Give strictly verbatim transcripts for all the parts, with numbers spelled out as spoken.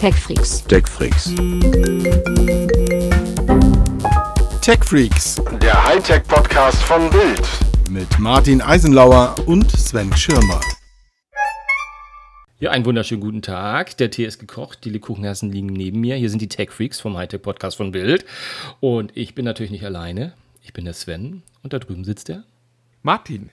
TechFreaks. TechFreaks. TechFreaks. Der Hightech-Podcast von Bild. Mit Martin Eisenlauer und Sven Schirmer. Ja, einen wunderschönen guten Tag. Der Tee ist gekocht, die Lebkuchenherzen liegen neben mir. Hier sind die TechFreaks vom Hightech-Podcast von Bild. Und ich bin natürlich nicht alleine. Ich bin der Sven und da drüben sitzt der Martin.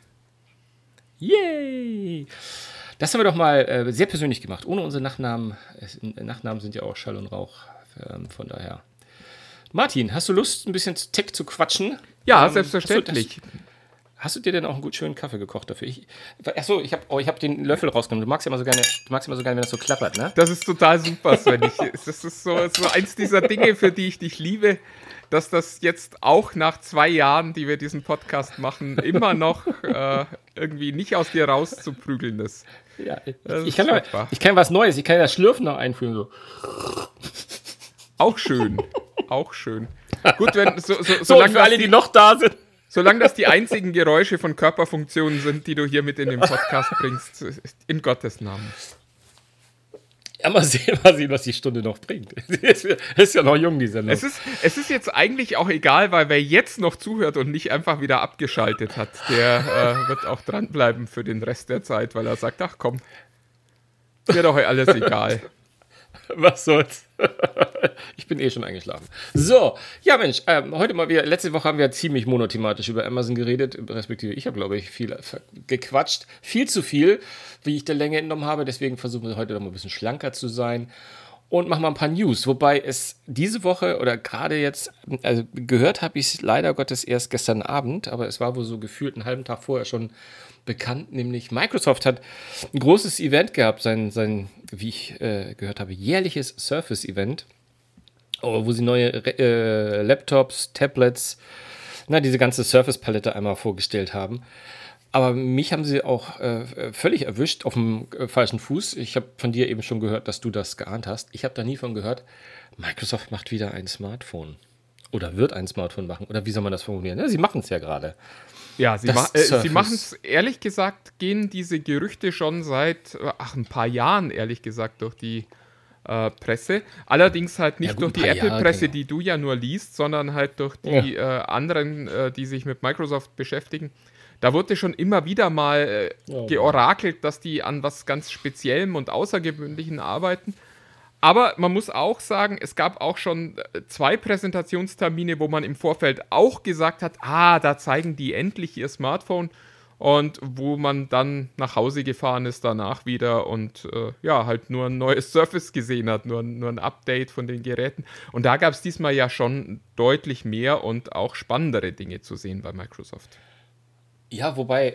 Yay! Das haben wir doch mal äh, sehr persönlich gemacht, ohne unsere Nachnamen. Äh, Nachnamen sind ja auch Schall und Rauch, äh, von daher. Martin, hast du Lust, ein bisschen Tech zu quatschen? Ja, ähm, selbstverständlich. Hast du, hast, hast du dir denn auch einen gut schönen Kaffee gekocht dafür? Ich, achso, ich habe oh, hab den Löffel rausgenommen. Du magst ja immer so gerne, du magst immer so gerne, wenn das so klappert, ne? Das ist total super, Sven. Ich, das ist so, so eins dieser Dinge, für die ich dich liebe, dass das jetzt auch nach zwei Jahren, die wir diesen Podcast machen, immer noch äh, irgendwie nicht aus dir rauszuprügeln ist. Ja, ich, ich, kann aber, ich kann was Neues, ich kann das Schlürfen noch einführen. So. Auch schön, auch schön. Gut, wenn, so, so, so solange für alle, die, die noch da sind. Solange das die einzigen Geräusche von Körperfunktionen sind, die du hier mit in den Podcast bringst, in Gottes Namen. Ja, mal sehen, mal sehen, was die Stunde noch bringt. Es ist ja noch jung, die Sendung. Es ist, es ist jetzt eigentlich auch egal, weil wer jetzt noch zuhört und nicht einfach wieder abgeschaltet hat, der äh, wird auch dranbleiben für den Rest der Zeit, weil er sagt, ach komm, ist mir doch alles egal. Was soll's? Ich bin eh schon eingeschlafen. So, ja Mensch, ähm, heute mal wieder, letzte Woche haben wir ziemlich monothematisch über Amazon geredet, respektive ich habe, glaube ich, viel gequatscht. Viel zu viel, wie ich der Länge entnommen habe, deswegen versuchen wir heute noch mal ein bisschen schlanker zu sein und machen mal ein paar News, wobei es diese Woche oder gerade jetzt, also gehört habe ich es leider Gottes erst gestern Abend, aber es war wohl so gefühlt einen halben Tag vorher schon bekannt, nämlich Microsoft hat ein großes Event gehabt, sein, sein wie ich äh, gehört habe, jährliches Surface-Event, wo sie neue äh, Laptops, Tablets, na, diese ganze Surface-Palette einmal vorgestellt haben. Aber mich haben sie auch äh, völlig erwischt auf dem äh, falschen Fuß. Ich habe von dir eben schon gehört, dass du das geahnt hast. Ich habe da nie von gehört, Microsoft macht wieder ein Smartphone. Oder wird ein Smartphone machen. Oder wie soll man das formulieren? Ja, sie machen es ja gerade. Ja, sie, ma- äh, sie machen es, ehrlich gesagt, gehen diese Gerüchte schon seit ach, ein paar Jahren, ehrlich gesagt, durch die äh, Presse. Allerdings halt nicht ja, gut, durch die Apple-Presse, genau, die du ja nur liest, sondern halt durch die ja. äh, anderen, äh, die sich mit Microsoft beschäftigen. Da wurde schon immer wieder mal äh, ja, georakelt, dass die an was ganz Speziellem und Außergewöhnlichem arbeiten. Aber man muss auch sagen, es gab auch schon zwei Präsentationstermine, wo man im Vorfeld auch gesagt hat, ah, da zeigen die endlich ihr Smartphone, und wo man dann nach Hause gefahren ist danach wieder und äh, ja, halt nur ein neues Surface gesehen hat, nur, nur ein Update von den Geräten. Und da gab es diesmal ja schon deutlich mehr und auch spannendere Dinge zu sehen bei Microsoft. Ja, wobei, äh,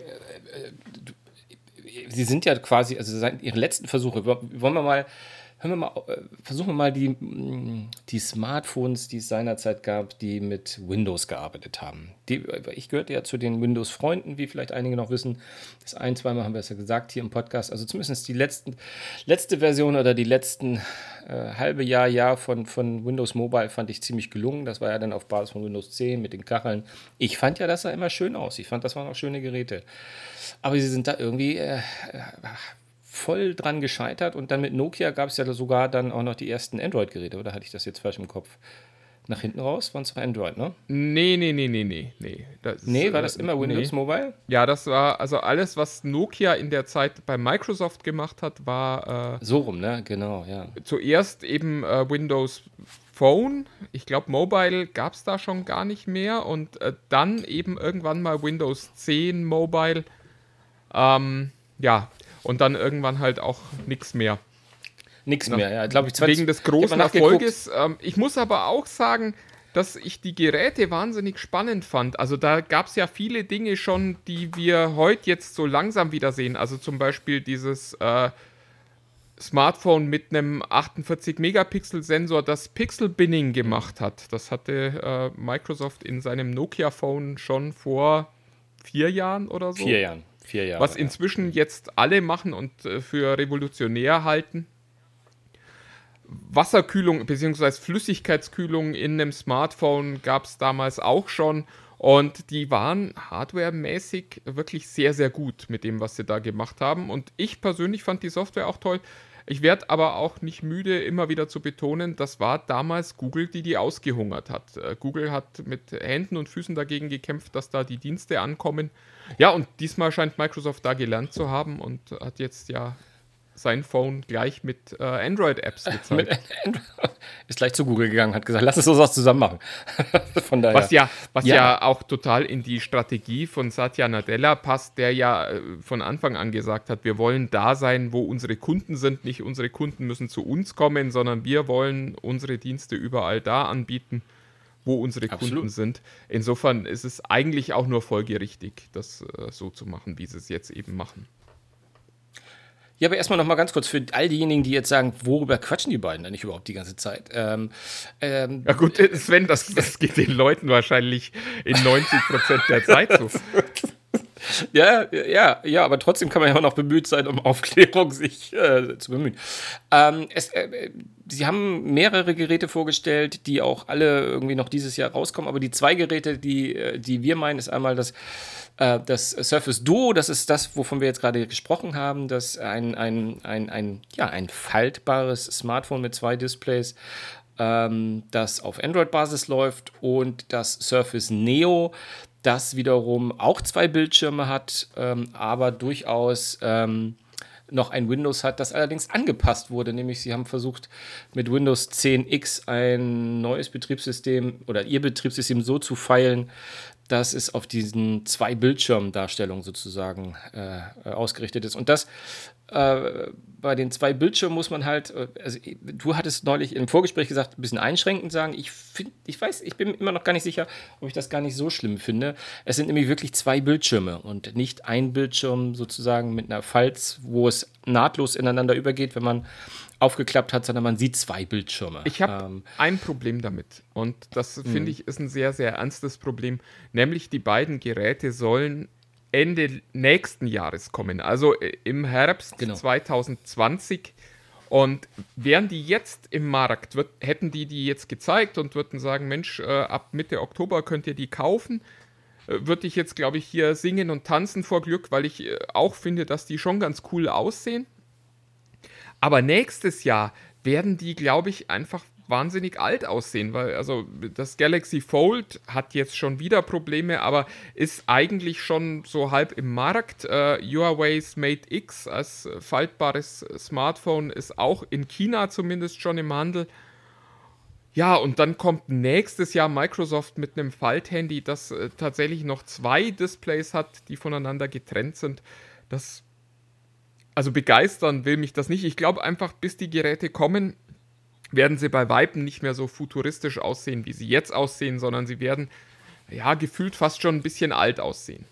äh, sie sind ja quasi, also ihre letzten Versuche, wollen wir mal Hören wir mal, versuchen wir mal die, die Smartphones, die es seinerzeit gab, die mit Windows gearbeitet haben. Die, ich gehörte ja zu den Windows-Freunden, wie vielleicht einige noch wissen. Das ein-, zweimal haben wir es ja gesagt hier im Podcast. Also zumindest die letzten, letzte Version oder die letzten äh, halbe Jahr, Jahr von, von Windows Mobile fand ich ziemlich gelungen. Das war ja dann auf Basis von Windows zehn mit den Kacheln. Ich fand ja, das sah immer schön aus. Ich fand, das waren auch schöne Geräte. Aber sie sind da irgendwie Äh, voll dran gescheitert, und dann mit Nokia gab es ja sogar dann auch noch die ersten Android-Geräte, oder hatte ich das jetzt falsch im Kopf? Nach hinten raus waren es noch Android, ne? Nee, nee, nee, nee, nee. Nee, das nee war das immer Windows nee. Mobile? Ja, das war, also alles, was Nokia in der Zeit bei Microsoft gemacht hat, war Äh, so rum, ne? Genau, ja. Zuerst eben äh, Windows Phone, ich glaube Mobile gab es da schon gar nicht mehr, und äh, dann eben irgendwann mal Windows zehn Mobile, ähm, ja, und dann irgendwann halt auch nichts mehr. Nichts mehr, ja. Glaub ich, wegen des großen Erfolges. Ähm, ich muss aber auch sagen, dass ich die Geräte wahnsinnig spannend fand. Also da gab es ja viele Dinge schon, die wir heute jetzt so langsam wiedersehen. Also zum Beispiel dieses äh, Smartphone mit einem achtundvierzig Megapixel Sensor, das Pixel-Binning gemacht hat. Das hatte äh, Microsoft in seinem Nokia-Phone schon vor vier Jahren oder so. Vier Jahren. Vier Jahre, was inzwischen ja. jetzt alle machen und äh, für revolutionär halten. Wasserkühlung bzw. Flüssigkeitskühlung in einem Smartphone gab es damals auch schon, und die waren hardwaremäßig wirklich sehr, sehr gut mit dem, was sie da gemacht haben, und ich persönlich fand die Software auch toll. Ich werde aber auch nicht müde, immer wieder zu betonen, das war damals Google, die die ausgehungert hat. Äh, Google hat mit Händen und Füßen dagegen gekämpft, dass da die Dienste ankommen. Ja, und diesmal scheint Microsoft da gelernt zu haben und hat jetzt ja sein Phone gleich mit äh, Android-Apps gezeigt. Ist gleich zu Google gegangen, hat gesagt, lass es uns was zusammen machen. Von daher. Was, ja, was ja. ja auch total in die Strategie von Satya Nadella passt, der ja äh, von Anfang an gesagt hat, wir wollen da sein, wo unsere Kunden sind. Nicht unsere Kunden müssen zu uns kommen, sondern wir wollen unsere Dienste überall da anbieten, wo unsere Absolut. Kunden sind. Insofern ist es eigentlich auch nur folgerichtig, das äh, so zu machen, wie sie es jetzt eben machen. Ja, aber erstmal noch mal ganz kurz für all diejenigen, die jetzt sagen, worüber quatschen die beiden eigentlich überhaupt die ganze Zeit? Ähm, ähm, ja gut, Sven, das, das geht den Leuten wahrscheinlich in neunzig Prozent der Zeit so. Ja, ja, ja, aber trotzdem kann man ja auch noch bemüht sein, um Aufklärung sich äh, zu bemühen. Ähm, es, äh, sie haben mehrere Geräte vorgestellt, die auch alle irgendwie noch dieses Jahr rauskommen, aber die zwei Geräte, die, die wir meinen, ist einmal das, äh, das Surface Duo, das ist das, wovon wir jetzt gerade gesprochen haben, das ein, ein, ein, ein, ja, ein faltbares Smartphone mit zwei Displays, ähm, das auf Android-Basis läuft, und das Surface Neo, das wiederum auch zwei Bildschirme hat, ähm, aber durchaus ähm, noch ein Windows hat, das allerdings angepasst wurde. Nämlich sie haben versucht, mit Windows zehn X ein neues Betriebssystem oder ihr Betriebssystem so zu feilen, dass es auf diesen zwei Bildschirmdarstellungen sozusagen äh, ausgerichtet ist. Und das äh, bei den zwei Bildschirmen muss man halt, also du hattest neulich im Vorgespräch gesagt, ein bisschen einschränkend sagen. Ich finde, ich weiß, ich bin immer noch gar nicht sicher, ob ich das gar nicht so schlimm finde. Es sind nämlich wirklich zwei Bildschirme und nicht ein Bildschirm sozusagen mit einer Falz, wo es nahtlos ineinander übergeht, wenn man aufgeklappt hat, sondern man sieht zwei Bildschirme. Ich habe ähm, ein Problem damit, und das finde ich ist ein sehr, sehr ernstes Problem, nämlich die beiden Geräte sollen Ende nächsten Jahres kommen, also im Herbst genau. zwanzig zwanzig, und wären die jetzt im Markt, wird, hätten die die jetzt gezeigt und würden sagen, Mensch, äh, ab Mitte Oktober könnt ihr die kaufen, äh, würde ich jetzt, glaube ich, hier singen und tanzen vor Glück, weil ich äh, auch finde, dass die schon ganz cool aussehen. Aber nächstes Jahr werden die, glaube ich, einfach wahnsinnig alt aussehen, weil also das Galaxy Fold hat jetzt schon wieder Probleme, aber ist eigentlich schon so halb im Markt. Uh, Huawei's Mate X als faltbares Smartphone ist auch in China zumindest schon im Handel. Ja, und dann kommt nächstes Jahr Microsoft mit einem Falthandy, das äh, tatsächlich noch zwei Displays hat, die voneinander getrennt sind. Das Also begeistern will mich das nicht. Ich glaube einfach, bis die Geräte kommen, werden sie bei Weitem nicht mehr so futuristisch aussehen, wie sie jetzt aussehen, sondern sie werden, ja, gefühlt fast schon ein bisschen alt aussehen.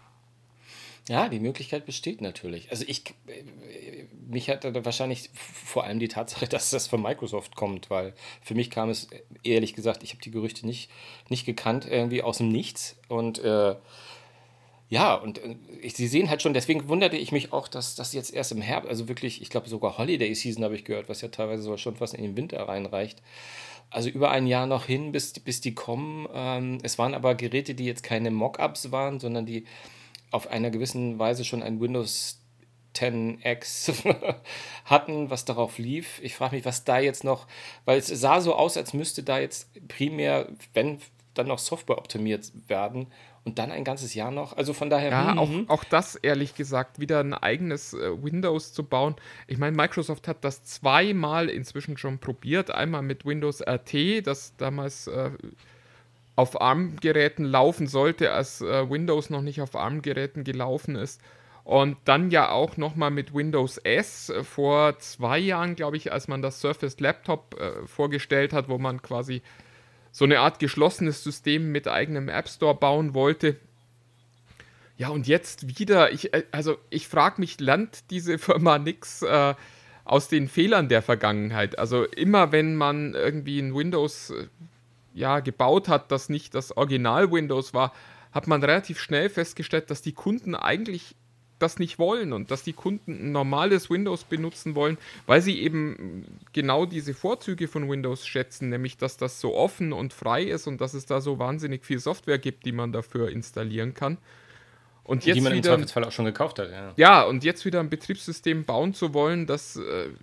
Ja, die Möglichkeit besteht natürlich. Also ich, mich hat da wahrscheinlich vor allem die Tatsache, dass das von Microsoft kommt, weil für mich kam es, ehrlich gesagt, ich habe die Gerüchte nicht, nicht gekannt, irgendwie aus dem Nichts, und äh, ja, und ich, sie sehen halt schon, deswegen wunderte ich mich auch, dass das jetzt erst im Herbst, also wirklich, ich glaube sogar Holiday Season habe ich gehört, was ja teilweise sogar schon fast in den Winter reinreicht. Also über ein Jahr noch hin, bis, bis die kommen. Ähm, es waren aber Geräte, die jetzt keine Mockups waren, sondern die auf einer gewissen Weise schon ein Windows zehn X hatten, was darauf lief. Ich frage mich, was da jetzt noch, weil es sah so aus, als müsste da jetzt primär, wenn dann noch Software optimiert werden. Und dann ein ganzes Jahr noch. Also von daher... Ja, auch, auch das, ehrlich gesagt, wieder ein eigenes äh, Windows zu bauen. Ich meine, Microsoft hat das zweimal inzwischen schon probiert. Einmal mit Windows R T, das damals äh, auf ARM-Geräten laufen sollte, als äh, Windows noch nicht auf ARM-Geräten gelaufen ist. Und dann ja auch nochmal mit Windows S äh, vor zwei Jahren, glaube ich, als man das Surface Laptop äh, vorgestellt hat, wo man quasi so eine Art geschlossenes System mit eigenem App Store bauen wollte. Ja, und jetzt wieder, ich, also ich frage mich, lernt diese Firma nix äh, aus den Fehlern der Vergangenheit? Also immer wenn man irgendwie ein Windows äh, ja, gebaut hat, das nicht das Original-Windows war, hat man relativ schnell festgestellt, dass die Kunden eigentlich das nicht wollen und dass die Kunden ein normales Windows benutzen wollen, weil sie eben genau diese Vorzüge von Windows schätzen, nämlich dass das so offen und frei ist und dass es da so wahnsinnig viel Software gibt, die man dafür installieren kann. Und jetzt die man wieder, im Zweifelsfall auch schon gekauft hat. Ja, ja, und jetzt wieder ein Betriebssystem bauen zu wollen, das äh,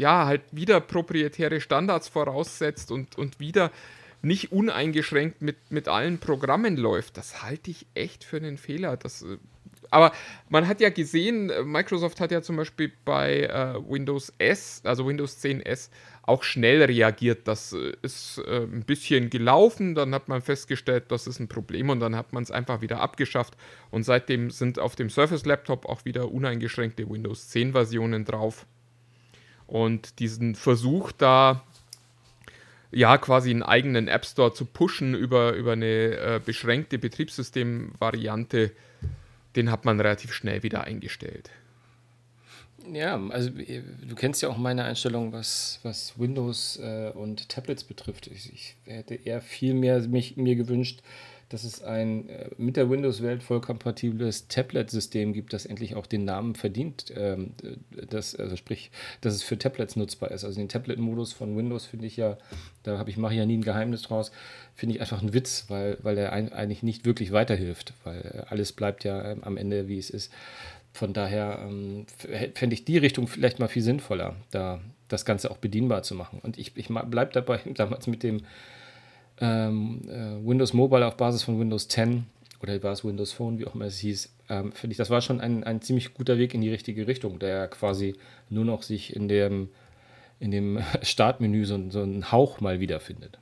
ja, halt wieder proprietäre Standards voraussetzt und, und wieder nicht uneingeschränkt mit, mit allen Programmen läuft. Das halte ich echt für einen Fehler. Das, aber man hat ja gesehen, Microsoft hat ja zum Beispiel bei äh, Windows S, also Windows zehn S, auch schnell reagiert. Das ist äh, ein bisschen gelaufen, dann hat man festgestellt, das ist ein Problem und dann hat man es einfach wieder abgeschafft. Und seitdem sind auf dem Surface Laptop auch wieder uneingeschränkte Windows zehn Versionen drauf. Und diesen Versuch da, ja, quasi einen eigenen App Store zu pushen über, über eine äh, beschränkte Betriebssystemvariante, den hat man relativ schnell wieder eingestellt. Ja, also du kennst ja auch meine Einstellung, was, was Windows äh, und Tablets betrifft. Ich, ich hätte eher viel mehr mich, mir gewünscht, dass es ein äh, mit der Windows-Welt voll kompatibles Tablet-System gibt, das endlich auch den Namen verdient, ähm, das, also sprich, dass es für Tablets nutzbar ist. Also den Tablet-Modus von Windows finde ich ja, da habe ich mache ja nie ein Geheimnis draus, finde ich einfach ein Witz, weil, weil der ein, eigentlich nicht wirklich weiterhilft, weil alles bleibt ja ähm, am Ende, wie es ist. Von daher ähm, fände ich die Richtung vielleicht mal viel sinnvoller, da das Ganze auch bedienbar zu machen. Und ich, ich bleibe dabei, damals mit dem ähm, äh, Windows Mobile auf Basis von Windows zehn oder war es Windows Phone, wie auch immer es hieß, ähm, finde ich, das war schon ein, ein ziemlich guter Weg in die richtige Richtung, der quasi nur noch sich in dem, in dem Startmenü so, so einen Hauch mal wiederfindet.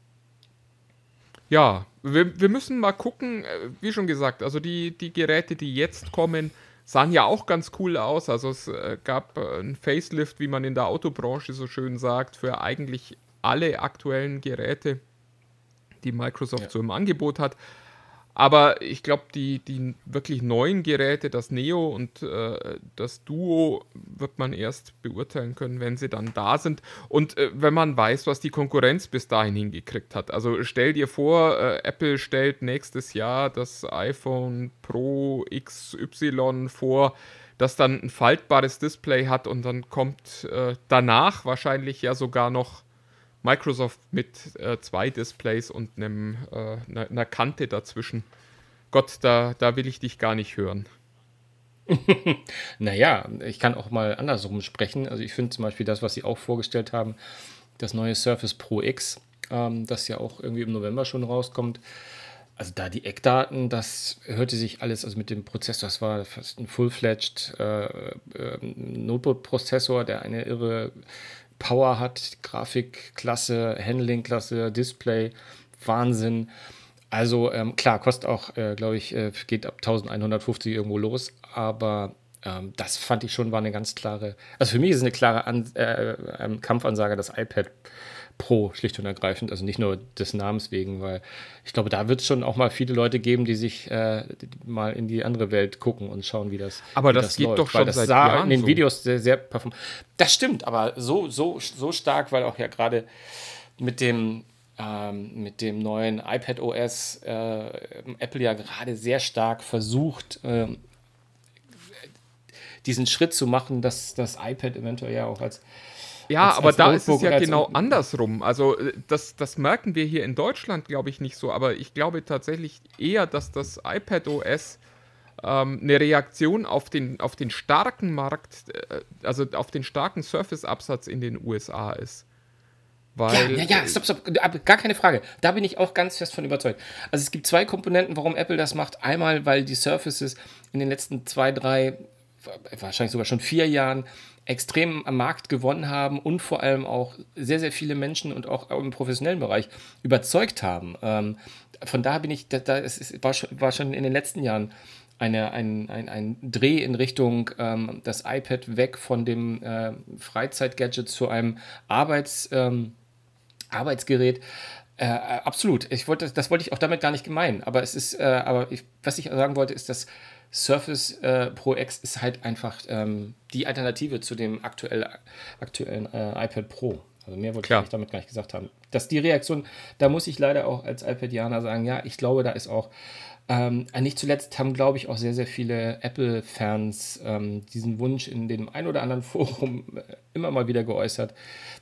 Ja, wir, wir müssen mal gucken, wie schon gesagt, also die, die Geräte, die jetzt kommen, sahen ja auch ganz cool aus. Also es äh, gab äh, ein Facelift, wie man in der Autobranche so schön sagt, für eigentlich alle aktuellen Geräte, die Microsoft ja. so im Angebot hat. Aber ich glaube, die, die wirklich neuen Geräte, das Neo und äh, das Duo, wird man erst beurteilen können, wenn sie dann da sind. Und äh, wenn man weiß, was die Konkurrenz bis dahin hingekriegt hat. Also stell dir vor, äh, Apple stellt nächstes Jahr das iPhone Pro X Y vor, das dann ein faltbares Display hat und dann kommt äh, danach wahrscheinlich ja sogar noch Microsoft mit äh, zwei Displays und einem, äh, einer, einer Kante dazwischen. Gott, da, da will ich dich gar nicht hören. Naja, ich kann auch mal andersrum sprechen. Also ich finde zum Beispiel das, was sie auch vorgestellt haben, das neue Surface Pro X, ähm, das ja auch irgendwie im November schon rauskommt. Also da die Eckdaten, das hörte sich alles, also mit dem Prozessor, das war fast ein full-fledged äh, äh, Notebook-Prozessor, der eine irre Power hat, Grafikklasse, Handlingklasse, Display, Wahnsinn. Also ähm, klar, kostet auch, äh, glaube ich, äh, geht ab elfhundertfünfzig irgendwo los, aber ähm, das fand ich schon, war eine ganz klare, also für mich ist es eine klare An- äh, Kampfansage, das iPad Pro, schlicht und ergreifend, also nicht nur des Namens wegen, weil ich glaube, da wird es schon auch mal viele Leute geben, die sich äh, die mal in die andere Welt gucken und schauen, wie das Aber wie das, das geht läuft. doch schon weil das seit sah Jahren in den so. Videos sehr, sehr perform. Das stimmt, aber so, so, so stark, weil auch ja gerade mit dem ähm, mit dem neuen iPadOS äh, Apple ja gerade sehr stark versucht, äh, diesen Schritt zu machen, dass das iPad eventuell ja auch als Ja, als, aber als da ist es ja als, genau andersrum. Also das, das merken wir hier in Deutschland, glaube ich, nicht so. Aber ich glaube tatsächlich eher, dass das iPadOS ähm, eine Reaktion auf den, auf den starken Markt, äh, also auf den starken Surface-Absatz in den U S A ist. Weil, ja, ja, ja, stopp, stopp, gar keine Frage. Da bin ich auch ganz fest von überzeugt. Also es gibt zwei Komponenten, warum Apple das macht. Einmal, weil die Surfaces in den letzten zwei, drei, wahrscheinlich sogar schon vier Jahren extrem am Markt gewonnen haben und vor allem auch sehr, sehr viele Menschen und auch im professionellen Bereich überzeugt haben. Ähm, von daher bin ich, da, da es ist, war, schon, war schon in den letzten Jahren eine, ein, ein, ein Dreh in Richtung ähm, das iPad weg von dem äh, Freizeit-Gadget zu einem Arbeits, ähm, Arbeitsgerät. Äh, absolut. Ich wollte, das wollte ich auch damit gar nicht meinen. Aber es ist, äh, aber ich, was ich sagen wollte, ist, dass Surface äh, Pro X ist halt einfach ähm, die Alternative zu dem aktuell, aktuellen äh, iPad Pro. Also mehr wollte Klar. ich damit gar nicht gesagt haben. Dass die Reaktion, da muss ich leider auch als iPadianer sagen, ja, ich glaube, da ist auch, ähm, nicht zuletzt haben, glaube ich, auch sehr, sehr viele Apple-Fans ähm, diesen Wunsch in dem ein oder anderen Forum immer mal wieder geäußert,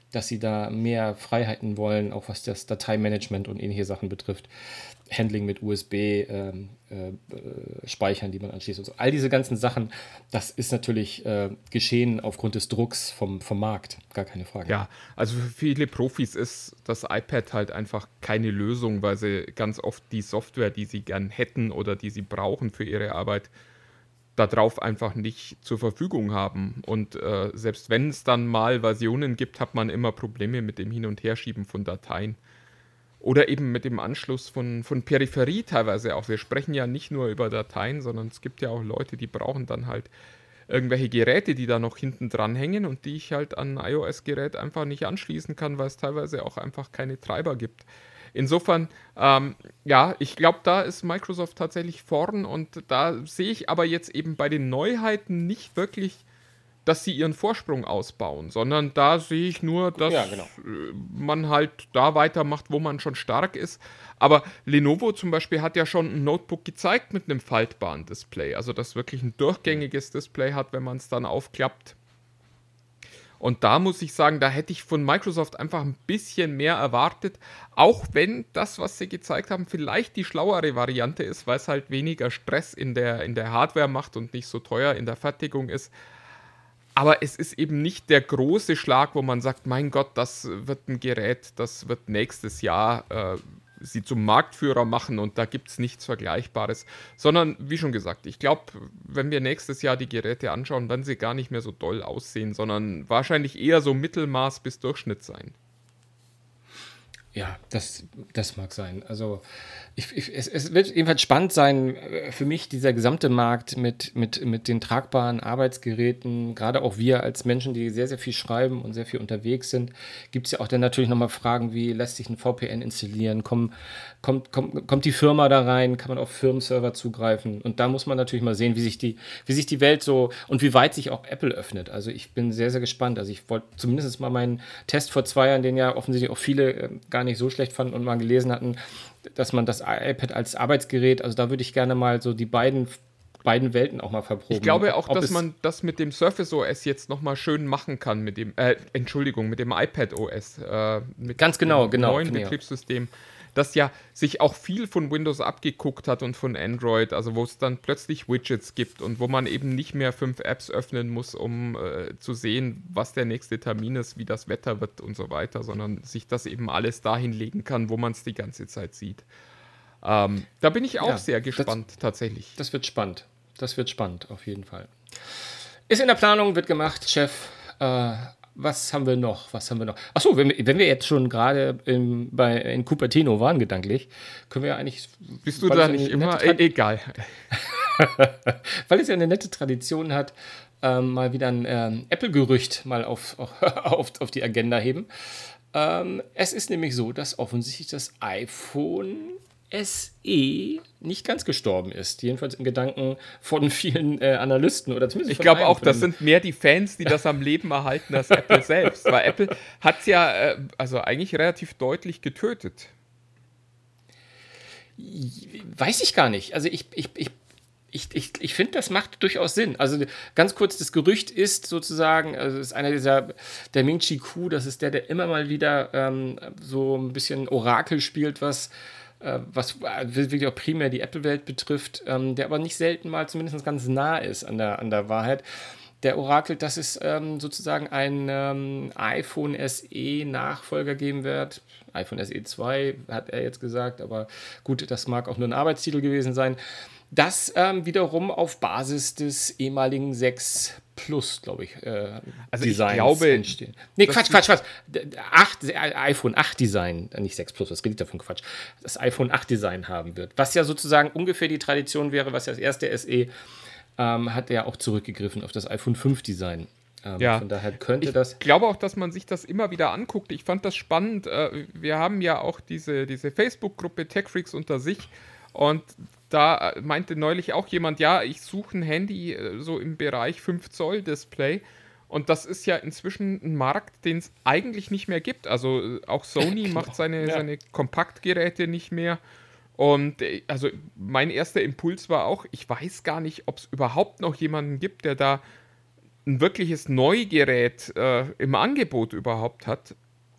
dass sie da mehr Freiheiten wollen, auch was das Dateimanagement und ähnliche Sachen betrifft. Handling mit U S B, ähm, äh, Speichern, die man anschließt und so. All diese ganzen Sachen, das ist natürlich äh, geschehen aufgrund des Drucks vom, vom Markt, gar keine Frage. Ja, also für viele Profis ist das iPad halt einfach keine Lösung, weil sie ganz oft die Software, die sie gern hätten oder die sie brauchen für ihre Arbeit, darauf einfach nicht zur Verfügung haben. Und äh, selbst wenn es dann mal Versionen gibt, hat man immer Probleme mit dem Hin- und Herschieben von Dateien. Oder eben mit dem Anschluss von, von Peripherie teilweise auch. Wir sprechen ja nicht nur über Dateien, sondern es gibt ja auch Leute, die brauchen dann halt irgendwelche Geräte, die da noch hinten dran hängen und die ich halt an ein iOS-Gerät einfach nicht anschließen kann, weil es teilweise auch einfach keine Treiber gibt. Insofern, ähm, ja, ich glaube, da ist Microsoft tatsächlich vorn und da sehe ich aber jetzt eben bei den Neuheiten nicht wirklich, dass sie ihren Vorsprung ausbauen, sondern da sehe ich nur, dass ja, genau. man halt da weitermacht, wo man schon stark ist. Aber Lenovo zum Beispiel hat ja schon ein Notebook gezeigt mit einem faltbaren Display, also das wirklich ein durchgängiges Display hat, wenn man es dann aufklappt. Und da muss ich sagen, da hätte ich von Microsoft einfach ein bisschen mehr erwartet, auch wenn das, was sie gezeigt haben, vielleicht die schlauere Variante ist, weil es halt weniger Stress in der, in der Hardware macht und nicht so teuer in der Fertigung ist. Aber es ist eben nicht der große Schlag, wo man sagt, mein Gott, das wird ein Gerät, das wird nächstes Jahr äh, sie zum Marktführer machen und da gibt es nichts Vergleichbares. Sondern, wie schon gesagt, ich glaube, wenn wir nächstes Jahr die Geräte anschauen, werden sie gar nicht mehr so doll aussehen, sondern wahrscheinlich eher so Mittelmaß bis Durchschnitt sein. Ja, das, das mag sein. Also ich, ich, es, es wird jedenfalls spannend sein für mich, dieser gesamte Markt mit, mit, mit den tragbaren Arbeitsgeräten, gerade auch wir als Menschen, die sehr, sehr viel schreiben und sehr viel unterwegs sind, gibt es ja auch dann natürlich nochmal Fragen wie, lässt sich ein V P N installieren, kommt, kommt, kommt, kommt die Firma da rein, kann man auf Firmenserver zugreifen und da muss man natürlich mal sehen, wie sich die, wie sich die Welt so und wie weit sich auch Apple öffnet. Also ich bin sehr, sehr gespannt. Also ich wollte zumindest mal meinen Test vor zwei Jahren, den ja offensichtlich auch viele äh, gar nicht nicht so schlecht fanden und mal gelesen hatten, dass man das iPad als Arbeitsgerät, also da würde ich gerne mal so die beiden, beiden Welten auch mal verproben. Ich glaube auch, ob dass man das mit dem Surface O S jetzt nochmal schön machen kann, mit dem, äh, Entschuldigung, mit dem iPad O S. Äh, mit Ganz genau, dem genau. neuen Betriebssystem. Das ja sich auch viel von Windows abgeguckt hat und von Android, also wo es dann plötzlich Widgets gibt und wo man eben nicht mehr fünf Apps öffnen muss, um äh, zu sehen, was der nächste Termin ist, wie das Wetter wird und so weiter, sondern sich das eben alles dahin legen kann, wo man es die ganze Zeit sieht. Ähm, da bin ich auch ja, sehr gespannt, das, tatsächlich. Das wird spannend. Das wird spannend, auf jeden Fall. Ist in der Planung, wird gemacht, Chef. Äh, Was haben wir noch? Was haben wir noch? Achso, wenn, wenn wir jetzt schon gerade in, bei, in Cupertino waren, gedanklich, können wir ja eigentlich. Bist du da nicht immer? E- egal. Weil es ja eine nette Tradition hat, ähm, mal wieder ein ähm, Apple-Gerücht mal auf, auf, auf die Agenda heben. Ähm, es ist nämlich so, dass offensichtlich das iPhone S E nicht ganz gestorben ist. Jedenfalls in Gedanken von vielen äh, Analysten oder zumindest Ich glaube auch, das sind mehr die Fans, die das am Leben erhalten als Apple selbst. Weil Apple hat es ja äh, also eigentlich relativ deutlich getötet. Weiß ich gar nicht. Also ich, ich, ich Ich, ich, ich finde, das macht durchaus Sinn. Also ganz kurz, das Gerücht ist sozusagen, also ist einer dieser, der Ming-Chi Kuo, das ist der, der immer mal wieder ähm, so ein bisschen Orakel spielt, was, äh, was wirklich auch primär die Apple-Welt betrifft, ähm, der aber nicht selten mal zumindest ganz nah ist an der, an der Wahrheit. Der orakelt, dass es ähm, sozusagen ein ähm, iPhone S E Nachfolger geben wird. iPhone S E zwei hat er jetzt gesagt, aber gut, das mag auch nur ein Arbeitstitel gewesen sein. Das ähm, wiederum auf Basis des ehemaligen sechs Plus, glaube ich, äh, also Designs ich glaube, entstehen. Nee, Quatsch, Quatsch, Quatsch. acht, iPhone acht Design, nicht sechs Plus, was redet davon Quatsch, das iPhone acht Design haben wird. Was ja sozusagen ungefähr die Tradition wäre, was ja das erste S E ähm, hat ja auch zurückgegriffen auf das iPhone fünf Design. Ähm, ja. Von daher könnte ich das... Ich glaube auch, dass man sich das immer wieder anguckt. Ich fand das spannend. Äh, wir haben ja auch diese, diese Facebook-Gruppe Tech Freaks unter sich und da meinte neulich auch jemand, ja, ich suche ein Handy äh, so im Bereich fünf Zoll Display und das ist ja inzwischen ein Markt, den es eigentlich nicht mehr gibt. Also äh, auch Sony genau. macht seine, ja. seine Kompaktgeräte nicht mehr. Und äh, also mein erster Impuls war auch, ich weiß gar nicht, ob es überhaupt noch jemanden gibt, der da ein wirkliches Neugerät äh, im Angebot überhaupt hat.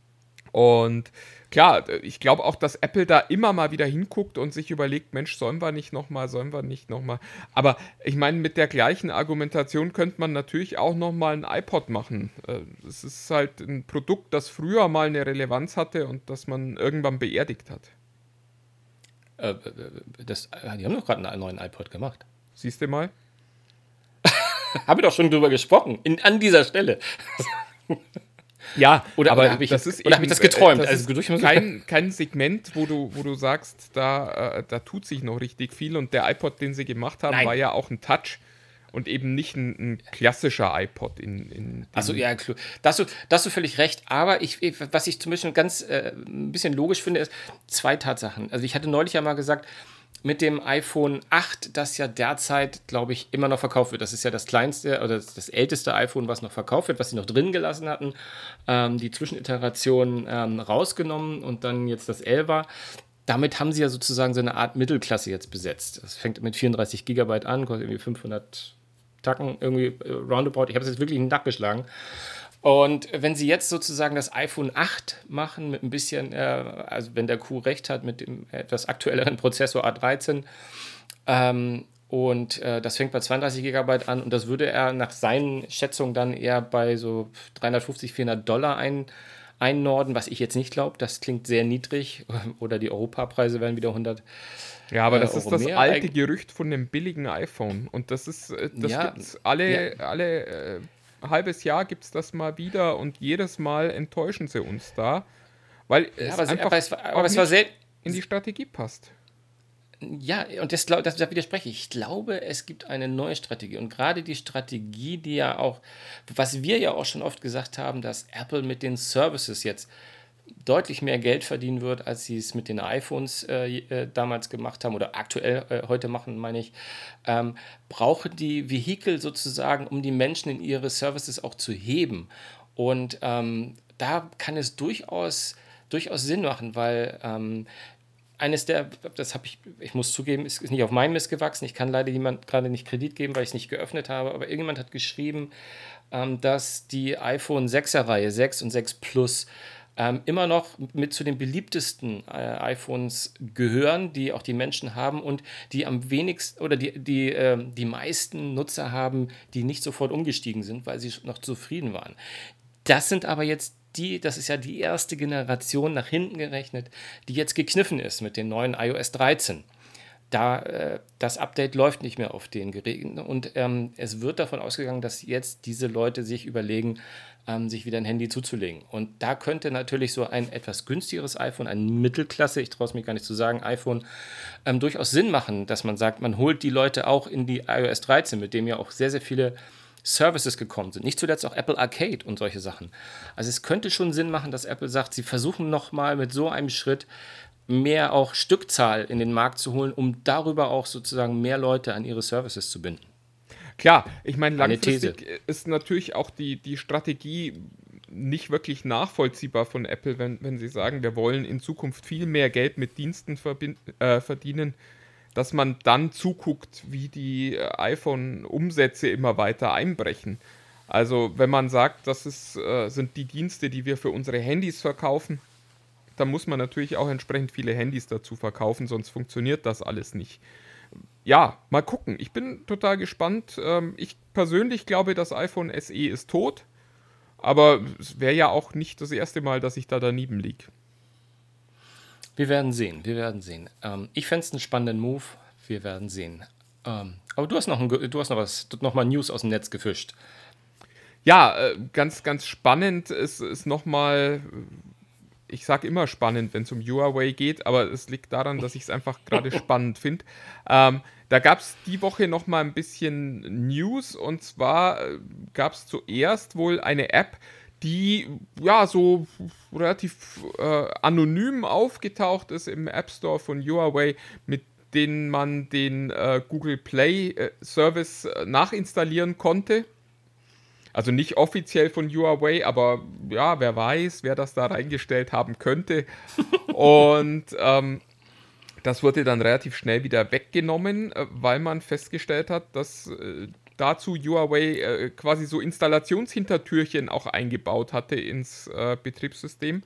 Und klar, ich glaube auch, dass Apple da immer mal wieder hinguckt und sich überlegt, Mensch, sollen wir nicht nochmal, sollen wir nicht nochmal. Aber ich meine, mit der gleichen Argumentation könnte man natürlich auch nochmal ein iPod machen. Es ist halt ein Produkt, das früher mal eine Relevanz hatte und das man irgendwann beerdigt hat. Äh, das, die haben doch gerade einen neuen iPod gemacht. Siehst du mal? Haben wir doch schon drüber gesprochen, in, an dieser Stelle. Ja, oder, aber oder habe ich, das ist oder hab ich das geträumt? Das also, ist kein, kein Segment, wo du, wo du sagst, da, äh, da tut sich noch richtig viel. Und der iPod, den sie gemacht haben, Nein. war ja auch ein Touch und eben nicht ein, ein klassischer iPod. In, in Achso, ja, klar. Da hast, du, da hast du völlig recht. Aber ich, was ich zum Beispiel ganz äh, ein bisschen logisch finde, ist zwei Tatsachen. Also ich hatte neulich ja mal gesagt, mit dem iPhone acht, das ja derzeit, glaube ich, immer noch verkauft wird. Das ist ja das kleinste oder das, das älteste iPhone, was noch verkauft wird, was sie noch drin gelassen hatten. Ähm, die Zwischeniteration ähm, rausgenommen und dann jetzt das elfer. Damit haben sie ja sozusagen so eine Art Mittelklasse jetzt besetzt. Das fängt mit vierunddreißig Gigabyte an, kostet irgendwie fünfhundert Tacken, irgendwie äh, roundabout. Ich habe es jetzt wirklich nachgeschlagen. Und wenn sie jetzt sozusagen das iPhone acht machen mit ein bisschen, äh, also wenn der Q recht hat, mit dem etwas aktuelleren Prozessor A dreizehn ähm, und äh, das fängt bei zweiunddreißig Gigabyte an und das würde er nach seinen Schätzungen dann eher bei so dreihundertfünfzig, vierhundert Dollar ein, einnorden, was ich jetzt nicht glaube, das klingt sehr niedrig oder die Europapreise werden wieder hundert. Ja, aber das äh, ist das mehr. alte Gerücht von dem billigen iPhone und das ist, das ja, gibt's alle, ja. alle äh, halbes Jahr gibt es das mal wieder und jedes Mal enttäuschen sie uns da, weil ja, es aber einfach aber es war, aber es war sehr, in die Strategie passt. Ja, und das, das, das widerspreche ich. Ich glaube, es gibt eine neue Strategie und gerade die Strategie, die ja auch, was wir ja auch schon oft gesagt haben, dass Apple mit den Services jetzt deutlich mehr Geld verdienen wird, als sie es mit den iPhones äh, äh, damals gemacht haben oder aktuell äh, heute machen, meine ich, ähm, brauchen die Vehikel sozusagen, um die Menschen in ihre Services auch zu heben. Und ähm, da kann es durchaus, durchaus Sinn machen, weil ähm, eines der, das habe ich, ich muss zugeben, ist nicht auf meinem Mist gewachsen. Ich kann leider jemand gerade nicht Kredit geben, weil ich es nicht geöffnet habe, aber irgendjemand hat geschrieben, ähm, dass die iPhone sechser Reihe, sechs und sechs Plus, Ähm, immer noch mit zu den beliebtesten äh, iPhones gehören, die auch die Menschen haben und die am wenigsten oder die, die, äh, die meisten Nutzer haben, die nicht sofort umgestiegen sind, weil sie noch zufrieden waren. Das sind aber jetzt die, das ist ja die erste Generation nach hinten gerechnet, die jetzt gekniffen ist mit dem neuen i O S dreizehn. Da, äh, das Update läuft nicht mehr auf den Geräten und ähm, es wird davon ausgegangen, dass jetzt diese Leute sich überlegen, ähm, sich wieder ein Handy zuzulegen. Und da könnte natürlich so ein etwas günstigeres iPhone, ein Mittelklasse, ich traue es mir gar nicht zu sagen, iPhone, ähm, durchaus Sinn machen, dass man sagt, man holt die Leute auch in die i O S dreizehn, mit dem ja auch sehr, sehr viele Services gekommen sind. Nicht zuletzt auch Apple Arcade und solche Sachen. Also es könnte schon Sinn machen, dass Apple sagt, sie versuchen nochmal mit so einem Schritt mehr auch Stückzahl in den Markt zu holen, um darüber auch sozusagen mehr Leute an ihre Services zu binden. Klar, ich meine, langfristig ist natürlich auch die, die Strategie nicht wirklich nachvollziehbar von Apple, wenn, wenn sie sagen, wir wollen in Zukunft viel mehr Geld mit Diensten verbind, äh, verdienen, dass man dann zuguckt, wie die iPhone-Umsätze immer weiter einbrechen. Also wenn man sagt, das ist, äh, sind die Dienste, die wir für unsere Handys verkaufen, dann muss man natürlich auch entsprechend viele Handys dazu verkaufen, sonst funktioniert das alles nicht. Ja, mal gucken. Ich bin total gespannt. Ich persönlich glaube, das iPhone S E ist tot, aber es wäre ja auch nicht das erste Mal, dass ich da daneben liege. Wir werden sehen, wir werden sehen. Ich fände es einen spannenden Move, wir werden sehen. Aber du hast noch, ein, du hast noch was, noch mal News aus dem Netz gefischt. Ja, ganz, ganz spannend ist, ist nochmal... Ich sage immer spannend, wenn es um Huawei geht, aber es liegt daran, dass ich es einfach gerade spannend finde. Ähm, da gab es die Woche noch mal ein bisschen News und zwar äh, gab es zuerst wohl eine App, die ja so relativ äh, anonym aufgetaucht ist im App Store von Huawei, mit denen man den äh, Google Play äh, Service äh, nachinstallieren konnte. Also nicht offiziell von Huawei, aber ja, wer weiß, wer das da reingestellt haben könnte. Und ähm, das wurde dann relativ schnell wieder weggenommen, äh, weil man festgestellt hat, dass äh, dazu Huawei äh, quasi so Installationshintertürchen auch eingebaut hatte ins äh, Betriebssystem.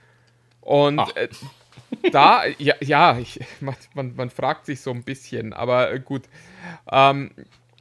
Und äh, da, ja, ja ich, man, man fragt sich so ein bisschen, aber äh, gut. Ähm,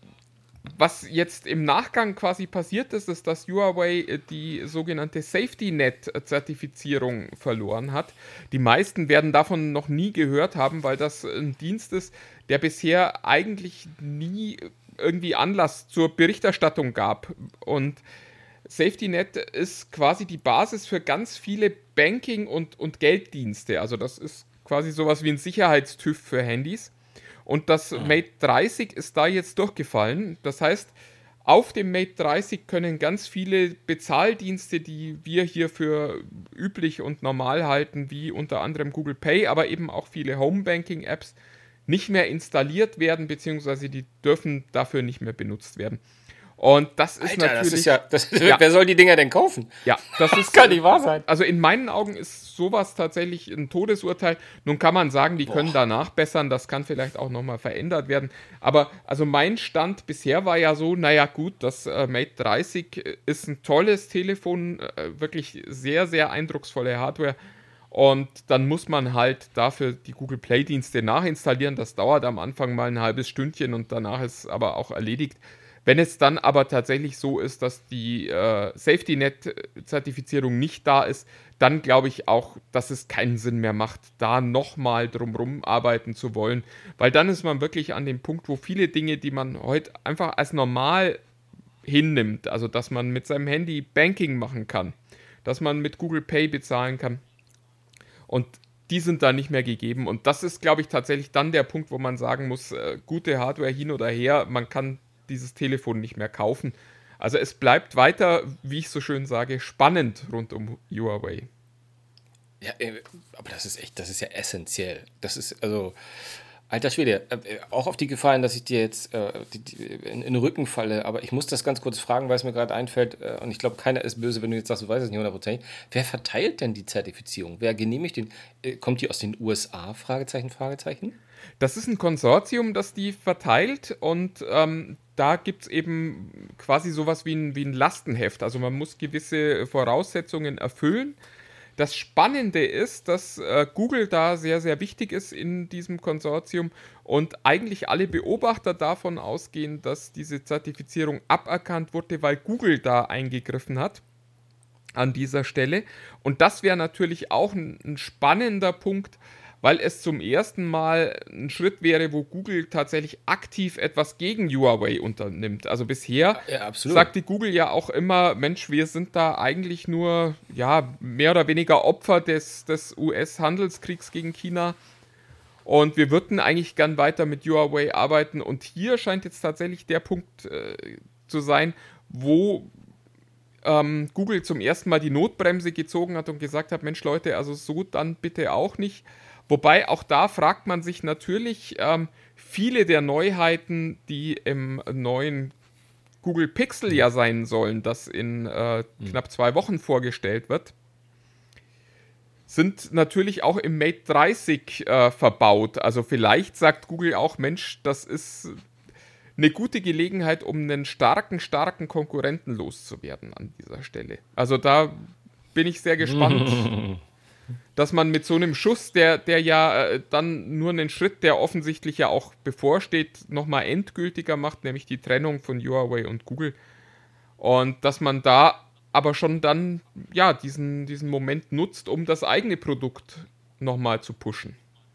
was jetzt im Nachgang quasi passiert ist, ist, dass Huawei die sogenannte Safety-Net-Zertifizierung verloren hat. Die meisten werden davon noch nie gehört haben, weil das ein Dienst ist, der bisher eigentlich nie irgendwie Anlass zur Berichterstattung gab. Und SafetyNet ist quasi die Basis für ganz viele Banking- und, und Gelddienste. Also das ist quasi sowas wie ein SicherheitstÜV für Handys. Und das Mate dreißig ist da jetzt durchgefallen. Das heißt, auf dem Mate dreißig können ganz viele Bezahldienste, die wir hier für üblich und normal halten, wie unter anderem Google Pay, aber eben auch viele Home-Banking-Apps, nicht mehr installiert werden, beziehungsweise die dürfen dafür nicht mehr benutzt werden. Und das ist Alter, natürlich... Das ist ja, das, ja, wer soll die Dinger denn kaufen? Ja, das, das ist, kann nicht wahr sein. Also in meinen Augen ist sowas tatsächlich ein Todesurteil. Nun kann man sagen, die Boah. können danach bessern, das kann vielleicht auch nochmal verändert werden. Aber also mein Stand bisher war ja so, naja gut, das äh, Mate dreißig ist ein tolles Telefon, äh, wirklich sehr, sehr eindrucksvolle Hardware. Und dann muss man halt dafür die Google Play-Dienste nachinstallieren. Das dauert am Anfang mal ein halbes Stündchen und danach ist aber auch erledigt. Wenn es dann aber tatsächlich so ist, dass die äh, SafetyNet-Zertifizierung nicht da ist, dann glaube ich auch, dass es keinen Sinn mehr macht, da nochmal drumherum arbeiten zu wollen. Weil dann ist man wirklich an dem Punkt, wo viele Dinge, die man heute einfach als normal hinnimmt, also dass man mit seinem Handy Banking machen kann, dass man mit Google Pay bezahlen kann, und die sind da nicht mehr gegeben. Und das ist, glaube ich, tatsächlich dann der Punkt, wo man sagen muss, äh, gute Hardware hin oder her, man kann dieses Telefon nicht mehr kaufen. Also es bleibt weiter, wie ich so schön sage, spannend rund um Huawei. Ja, aber das ist echt, das ist ja essentiell. Das ist, also, alter Schwede, auch auf die Gefallen, dass ich dir jetzt äh, die, die, in, in den Rücken falle, aber ich muss das ganz kurz fragen, weil es mir gerade einfällt, äh, und ich glaube, keiner ist böse, wenn du jetzt sagst, du weißt es nicht hundertprozentig. Wer verteilt denn die Zertifizierung? Wer genehmigt den? Äh, kommt die aus den U S A? Fragezeichen, Fragezeichen? Das ist ein Konsortium, das die verteilt, und ähm, da gibt es eben quasi sowas wie ein, wie ein Lastenheft. Also man muss gewisse Voraussetzungen erfüllen. Das Spannende ist, dass äh, Google da sehr, sehr wichtig ist in diesem Konsortium und eigentlich alle Beobachter davon ausgehen, dass diese Zertifizierung aberkannt wurde, weil Google da eingegriffen hat an dieser Stelle. Und das wäre natürlich auch ein, ein spannender Punkt, weil es zum ersten Mal ein Schritt wäre, wo Google tatsächlich aktiv etwas gegen Huawei unternimmt. Also bisher ja, sagte Google ja auch immer, Mensch, wir sind da eigentlich nur ja, mehr oder weniger Opfer des, des U S-Handelskriegs gegen China und wir würden eigentlich gern weiter mit Huawei arbeiten. Und hier scheint jetzt tatsächlich der Punkt äh, zu sein, wo ähm, Google zum ersten Mal die Notbremse gezogen hat und gesagt hat, Mensch Leute, also so dann bitte auch nicht. Wobei auch da fragt man sich natürlich, ähm, viele der Neuheiten, die im neuen Google Pixel ja sein sollen, das in äh, knapp zwei Wochen vorgestellt wird, sind natürlich auch im Mate dreißig äh, verbaut. Also vielleicht sagt Google auch, Mensch, das ist eine gute Gelegenheit, um einen starken, starken Konkurrenten loszuwerden an dieser Stelle. Also da bin ich sehr gespannt. Dass man mit so einem Schuss, der, der ja äh, dann nur einen Schritt, der offensichtlich ja auch bevorsteht, nochmal endgültiger macht, nämlich die Trennung von Huawei und Google. Und dass man da aber schon dann ja diesen, diesen Moment nutzt, um das eigene Produkt nochmal zu pushen.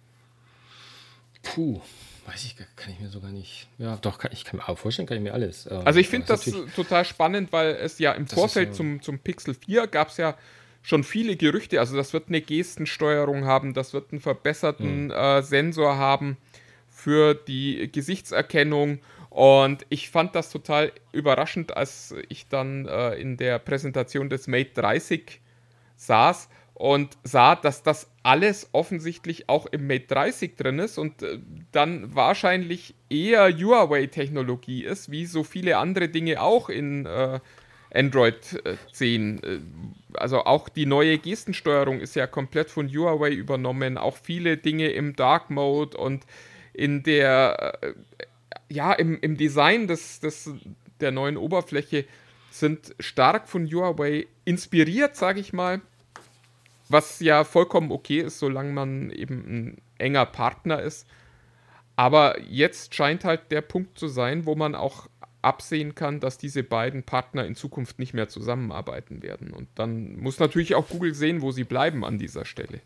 Puh, weiß ich, kann ich mir sogar nicht. Ja, doch, kann, ich kann mir auch vorstellen, kann ich mir alles. Ähm, also ich finde das, das total spannend, weil es ja im Vorfeld ja zum, zum Pixel vier gab es ja schon viele Gerüchte, also das wird eine Gestensteuerung haben, das wird einen verbesserten mhm. äh, Sensor haben für die Gesichtserkennung, und ich fand das total überraschend, als ich dann äh, in der Präsentation des Mate dreißig saß und sah, dass das alles offensichtlich auch im Mate dreißig drin ist und äh, dann wahrscheinlich eher Huawei-Technologie ist, wie so viele andere Dinge auch in äh, Android zehn. Also auch die neue Gestensteuerung ist ja komplett von Huawei übernommen. Auch viele Dinge im Dark Mode und in der ja, im, im Design des, des, der neuen Oberfläche sind stark von Huawei inspiriert, sage ich mal. Was ja vollkommen okay ist, solange man eben ein enger Partner ist. Aber jetzt scheint halt der Punkt zu sein, wo man auch absehen kann, dass diese beiden Partner in Zukunft nicht mehr zusammenarbeiten werden. Und dann muss natürlich auch Google sehen, wo sie bleiben an dieser Stelle.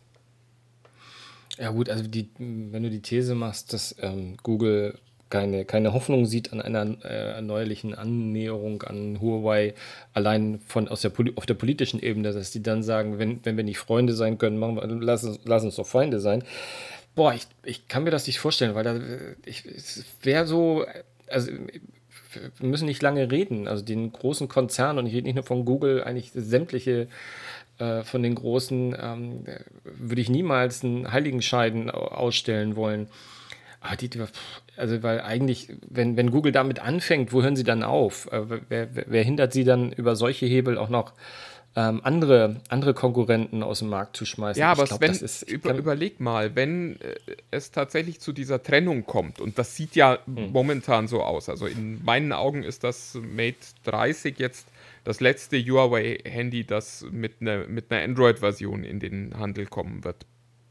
Ja gut, also die, wenn du die These machst, dass ähm, Google keine, keine Hoffnung sieht an einer äh, erneuerlichen Annäherung an Huawei, allein von aus der auf der politischen Ebene, dass die dann sagen, wenn, wenn wir nicht Freunde sein können, machen wir, lass, uns, lass uns doch Freunde sein. Boah, ich, ich kann mir das nicht vorstellen, weil da, ich, es wäre so, also wir müssen nicht lange reden, also den großen Konzernen, und ich rede nicht nur von Google, eigentlich sämtliche äh, von den großen, ähm, würde ich niemals einen Heiligenschein ausstellen wollen. Aber die, also weil eigentlich, wenn, wenn Google damit anfängt, wo hören sie dann auf? Äh, wer, wer, wer hindert sie dann, über solche Hebel auch noch Ähm, andere, andere Konkurrenten aus dem Markt zu schmeißen? Ja, aber ich glaub, wenn, das ist, über, überleg mal, wenn äh, es tatsächlich zu dieser Trennung kommt, und das sieht ja hm. momentan so aus, also in meinen Augen ist das Mate dreißig jetzt das letzte Huawei-Handy, das mit einer mit einer Android-Version in den Handel kommen wird.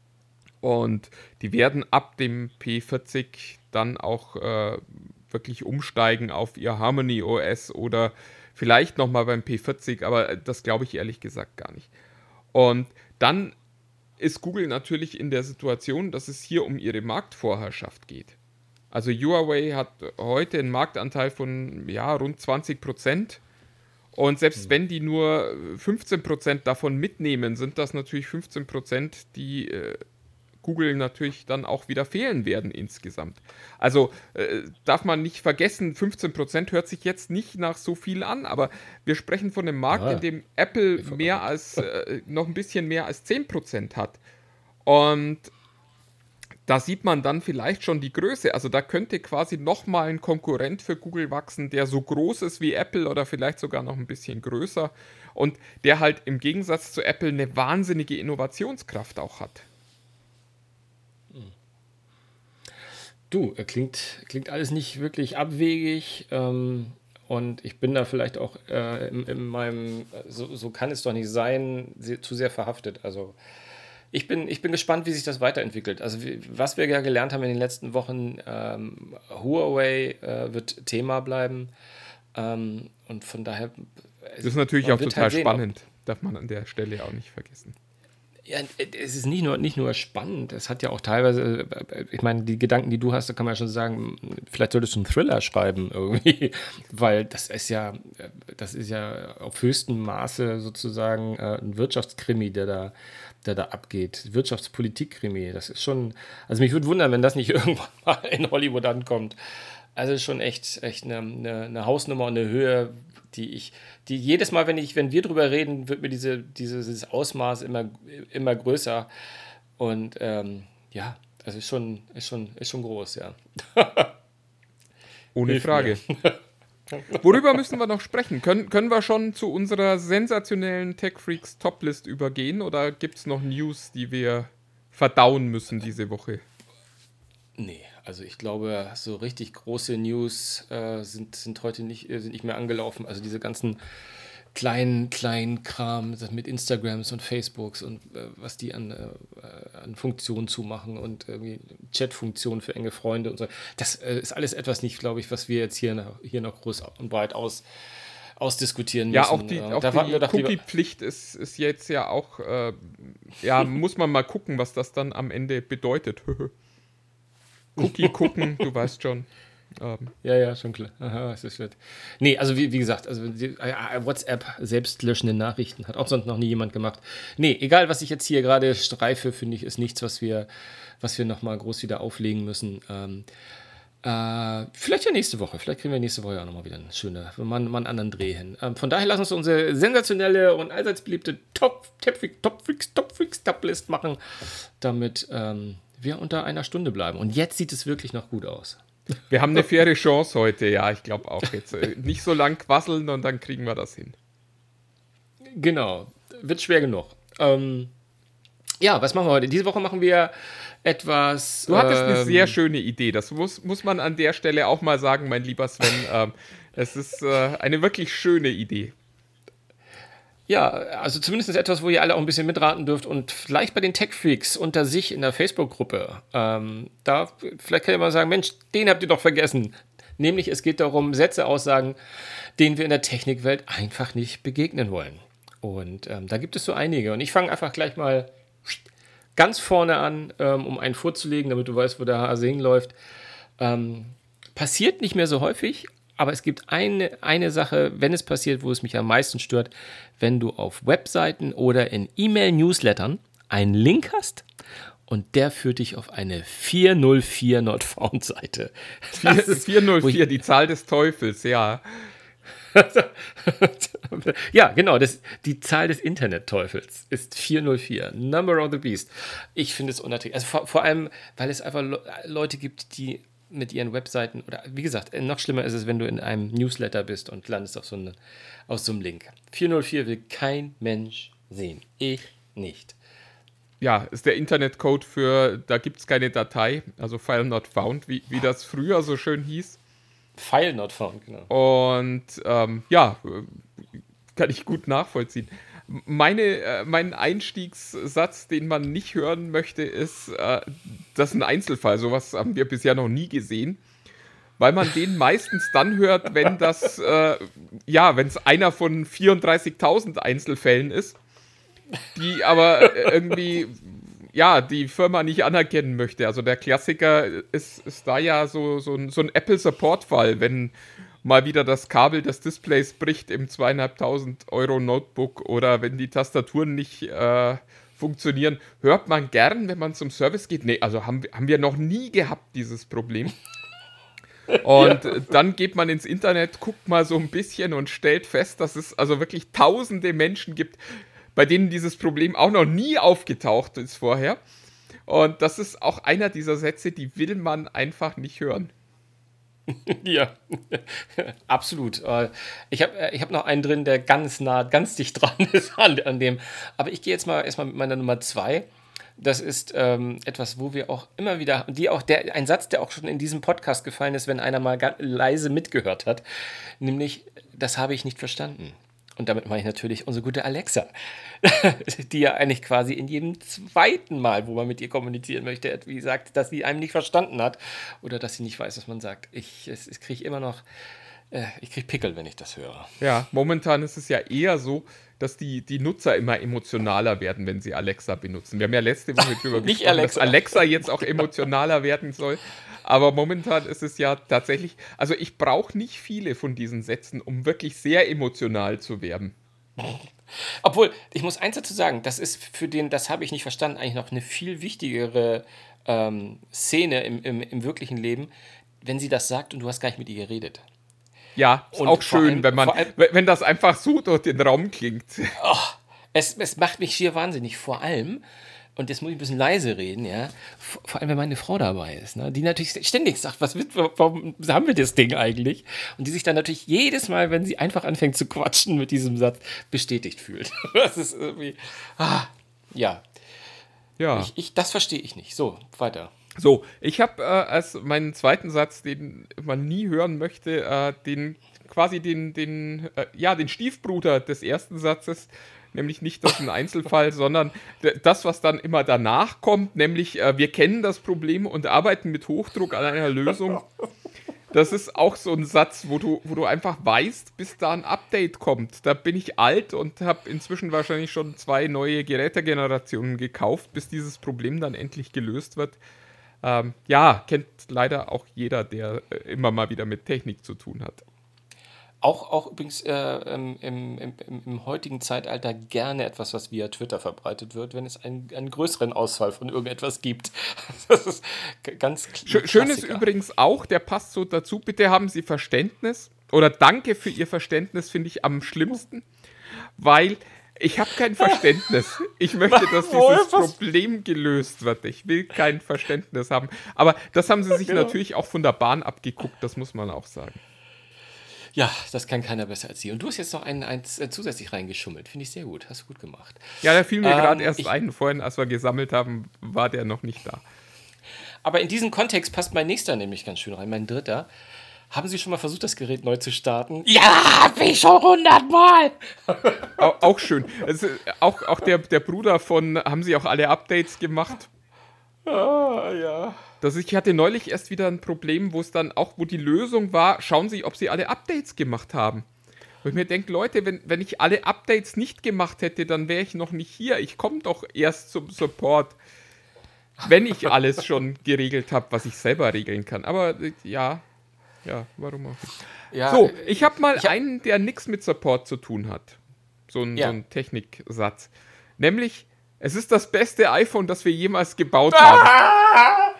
Und die werden ab dem P vierzig dann auch äh, wirklich umsteigen auf ihr Harmony O S oder vielleicht nochmal beim P vierzig, aber das glaube ich ehrlich gesagt gar nicht. Und dann ist Google natürlich in der Situation, dass es hier um ihre Marktvorherrschaft geht. Also Huawei hat heute einen Marktanteil von ja, rund zwanzig Prozent. Und selbst mhm. wenn die nur fünfzehn Prozent davon mitnehmen, sind das natürlich fünfzehn Prozent, die äh, Google natürlich dann auch wieder fehlen werden insgesamt. Also äh, darf man nicht vergessen, fünfzehn Prozent hört sich jetzt nicht nach so viel an, aber wir sprechen von einem Markt, ja, in dem Apple mehr als, äh, noch ein bisschen mehr als zehn Prozent hat. Und da sieht man dann vielleicht schon die Größe. Also da könnte quasi nochmal ein Konkurrent für Google wachsen, der so groß ist wie Apple oder vielleicht sogar noch ein bisschen größer und der halt im Gegensatz zu Apple eine wahnsinnige Innovationskraft auch hat. Du, klingt, klingt alles nicht wirklich abwegig, ähm, und ich bin da vielleicht auch äh, in, in meinem, so, so kann es doch nicht sein, sehr, zu sehr verhaftet. Also ich bin, ich bin gespannt, wie sich das weiterentwickelt. Also wie, was wir ja gelernt haben in den letzten Wochen, ähm, Huawei äh, wird Thema bleiben, ähm, und von daher... Das ist natürlich auch total halt sehen, spannend, darf man an der Stelle auch nicht vergessen. Ja, es ist nicht nur, nicht nur spannend, es hat ja auch teilweise, ich meine, die Gedanken, die du hast, da kann man ja schon sagen, vielleicht solltest du einen Thriller schreiben irgendwie, weil das ist ja, das ist ja auf höchstem Maße sozusagen ein Wirtschaftskrimi, der da, der da abgeht, Wirtschaftspolitik-Krimi, das ist schon, also mich würde wundern, wenn das nicht irgendwann mal in Hollywood ankommt. Also schon echt, echt eine, eine, eine Hausnummer und eine Höhe, die ich, die jedes Mal, wenn ich, wenn wir drüber reden, wird mir diese, diese, dieses Ausmaß immer, immer größer. Und ähm, ja, das ist schon, ist schon, ist schon groß, ja. Ohne Hilf Frage. Worüber müssen wir noch sprechen? Können, können wir schon zu unserer sensationellen TechFreaks Toplist übergehen oder gibt es noch News, die wir verdauen müssen diese Woche? Nee. Also ich glaube, so richtig große News äh, sind, sind heute nicht, äh, sind nicht mehr angelaufen. Also diese ganzen kleinen, kleinen Kram mit Instagrams und Facebooks und äh, was die an, äh, an Funktionen zumachen und irgendwie Chat-Funktionen für enge Freunde und so. Das äh, ist alles etwas nicht, glaube ich, was wir jetzt hier, noch, hier noch groß und breit aus, ausdiskutieren müssen. Ja, auch die, auch die Cookie-Pflicht ist, ist jetzt ja auch, äh, ja, muss man mal gucken, was das dann am Ende bedeutet. Cookie gucken, du weißt schon. Ähm. Ja, ja, schon klar. Aha, das ist schlecht. Nee, also wie, wie gesagt, also die, äh, WhatsApp selbstlöschende Nachrichten hat auch sonst noch nie jemand gemacht. Nee, egal, was ich jetzt hier gerade streife, finde ich, ist nichts, was wir, was wir nochmal groß wieder auflegen müssen. Ähm, äh, vielleicht ja nächste Woche. Vielleicht kriegen wir nächste Woche auch nochmal wieder einen schönen, mal, mal einen anderen Dreh hin. Ähm, von daher lass uns unsere sensationelle und allseits beliebte Top-Freaks, Top-Freaks, Top-Freaks, Top-List machen, damit ähm, wir unter einer Stunde bleiben. Und jetzt sieht es wirklich noch gut aus. Wir haben eine faire Chance heute, ja, ich glaube auch jetzt. Nicht so lang quasseln und dann kriegen wir das hin. Genau, wird schwer genug. Ähm, Ja, was machen wir heute? Diese Woche machen wir etwas... Du hattest ähm, eine sehr schöne Idee. Das muss, muss man an der Stelle auch mal sagen, mein lieber Sven. ähm, es ist äh, eine wirklich schöne Idee. Ja, also zumindest etwas, wo ihr alle auch ein bisschen mitraten dürft und vielleicht bei den Tech-Freaks unter sich in der Facebook-Gruppe. Ähm, da vielleicht kann ich mal sagen, Mensch, den habt ihr doch vergessen. Nämlich, es geht darum, Sätze aussagen, denen wir in der Technikwelt einfach nicht begegnen wollen. Und ähm, da gibt es so einige. Und ich fange einfach gleich mal ganz vorne an, ähm, um einen vorzulegen, damit du weißt, wo der Hase hinläuft. Ähm, passiert nicht mehr so häufig, aber es gibt eine, eine Sache, wenn es passiert, wo es mich am meisten stört, wenn du auf Webseiten oder in E-Mail-Newslettern einen Link hast und der führt dich auf eine vier null vier Not Found Seite. vier null vier, die Zahl des Teufels, ja. Ja, genau, das, die Zahl des Internet-Teufels ist vier null vier, Number of the Beast. Ich finde es unerträglich. Also vor, vor allem, weil es einfach Le- Leute gibt, die mit ihren Webseiten, oder wie gesagt, noch schlimmer ist es, wenn du in einem Newsletter bist und landest auf so, eine, auf so einem Link. vier null vier will kein Mensch sehen. Ich nicht. Ja, ist der Internetcode für, da gibt es keine Datei, also File Not Found, wie, wie das früher so schön hieß. File Not Found, genau. Und ähm, ja, kann ich gut nachvollziehen. Meine, äh, mein Einstiegssatz, den man nicht hören möchte, ist, äh, das ist ein Einzelfall. Sowas haben wir bisher noch nie gesehen. Weil man den meistens dann hört, wenn das, äh, ja, wenn es einer von vierunddreißigtausend Einzelfällen ist, die aber irgendwie, ja, die Firma nicht anerkennen möchte. Also der Klassiker ist, ist da ja so, so ein, so ein Apple-Support-Fall, wenn mal wieder das Kabel des Displays bricht im zweieinhalbtausend Euro Notebook oder wenn die Tastaturen nicht äh, funktionieren, hört man gern, wenn man zum Service geht. Nee, also haben, haben wir noch nie gehabt, dieses Problem. Und ja. Dann geht man ins Internet, guckt mal so ein bisschen und stellt fest, dass es also wirklich tausende Menschen gibt, bei denen dieses Problem auch noch nie aufgetaucht ist vorher. Und das ist auch einer dieser Sätze, die will man einfach nicht hören. Ja, absolut. Ich habe ich hab noch einen drin, der ganz nah, ganz dicht dran ist an, an dem. Aber ich gehe jetzt mal erstmal mit meiner Nummer zwei. Das ist ähm, etwas, wo wir auch immer wieder, die auch der, ein Satz, der auch schon in diesem Podcast gefallen ist, wenn einer mal ganz leise mitgehört hat, nämlich, das habe ich nicht verstanden. Und damit meine ich natürlich unsere gute Alexa, die ja eigentlich quasi in jedem zweiten Mal, wo man mit ihr kommunizieren möchte, wie sagt, dass sie einem nicht verstanden hat oder dass sie nicht weiß, was man sagt. Ich, es, ich kriege immer noch, äh, ich kriege Pickel, wenn ich das höre. Ja, momentan ist es ja eher so, dass die, die Nutzer immer emotionaler werden, wenn sie Alexa benutzen. Wir haben ja letzte Woche drüber nicht gesprochen, Alexa. dass Alexa jetzt auch emotionaler werden soll. Aber momentan ist es ja tatsächlich, also ich brauche nicht viele von diesen Sätzen, um wirklich sehr emotional zu werden. Obwohl, ich muss eins dazu sagen, das ist für den, das habe ich nicht verstanden, eigentlich noch eine viel wichtigere ähm, Szene im, im, im wirklichen Leben, wenn sie das sagt und du hast gar nicht mit ihr geredet. Ja, ist und auch schön, allem, wenn man, allem, wenn das einfach so durch den Raum klingt. Oh, es, es macht mich schier wahnsinnig, vor allem, und jetzt muss ich ein bisschen leise reden, ja, vor, vor allem, wenn meine Frau dabei ist, ne, die natürlich ständig sagt, was wird, warum haben wir das Ding eigentlich? Und die sich dann natürlich jedes Mal, wenn sie einfach anfängt zu quatschen mit diesem Satz, bestätigt fühlt. Das ist irgendwie, ah, ja. Ja. Ich, ich, das verstehe ich nicht. So, weiter. So, ich habe äh, als meinen zweiten Satz, den man nie hören möchte, äh, den quasi den, den, äh, ja, den Stiefbruder des ersten Satzes, nämlich nicht das ein Einzelfall, sondern d- das, was dann immer danach kommt, nämlich äh, wir kennen das Problem und arbeiten mit Hochdruck an einer Lösung. Das ist auch so ein Satz, wo du, wo du einfach weißt, bis da ein Update kommt. Da bin ich alt und habe inzwischen wahrscheinlich schon zwei neue Gerätegenerationen gekauft, bis dieses Problem dann endlich gelöst wird. Ähm, ja, kennt leider auch jeder, der äh, immer mal wieder mit Technik zu tun hat. Auch, auch übrigens äh, im, im, im, im heutigen Zeitalter gerne etwas, was via Twitter verbreitet wird, wenn es einen, einen größeren Ausfall von irgendetwas gibt. Das ist ganz Schön, schön ist übrigens auch, der passt so dazu, bitte haben Sie Verständnis oder danke für Ihr Verständnis, finde ich am schlimmsten, weil ich habe kein Verständnis. Ich möchte, dass dieses Problem gelöst wird. Ich will kein Verständnis haben. Aber das haben sie sich genau. natürlich auch von der Bahn abgeguckt, das muss man auch sagen. Ja, das kann keiner besser als Sie. Und du hast jetzt noch einen, einen zusätzlich reingeschummelt. Finde ich sehr gut. Hast du gut gemacht. Ja, der fiel mir Ähm, gerade erst ich- ein. Vorhin, als wir gesammelt haben, war der noch nicht da. Aber in diesen Kontext passt mein nächster nämlich ganz schön rein, mein dritter. Haben Sie schon mal versucht, das Gerät neu zu starten? Ja, hab ich schon hundertmal. Au, auch schön. Also, auch auch der, der Bruder von, haben sie auch alle Updates gemacht? Ah, ja. Das, ich hatte neulich erst wieder ein Problem, wo es dann auch, wo die Lösung war, schauen Sie, ob Sie alle Updates gemacht haben. Wo ich mir denke, Leute, wenn, wenn ich alle Updates nicht gemacht hätte, dann wäre ich noch nicht hier. Ich komme doch erst zum Support, wenn ich alles schon geregelt habe, was ich selber regeln kann. Aber äh, ja, ja, warum auch nicht. ja So, ich habe mal ich hab- einen, der nichts mit Support zu tun hat. So ein, Ja. so ein Techniksatz. Nämlich, es ist das beste iPhone, das wir jemals gebaut haben.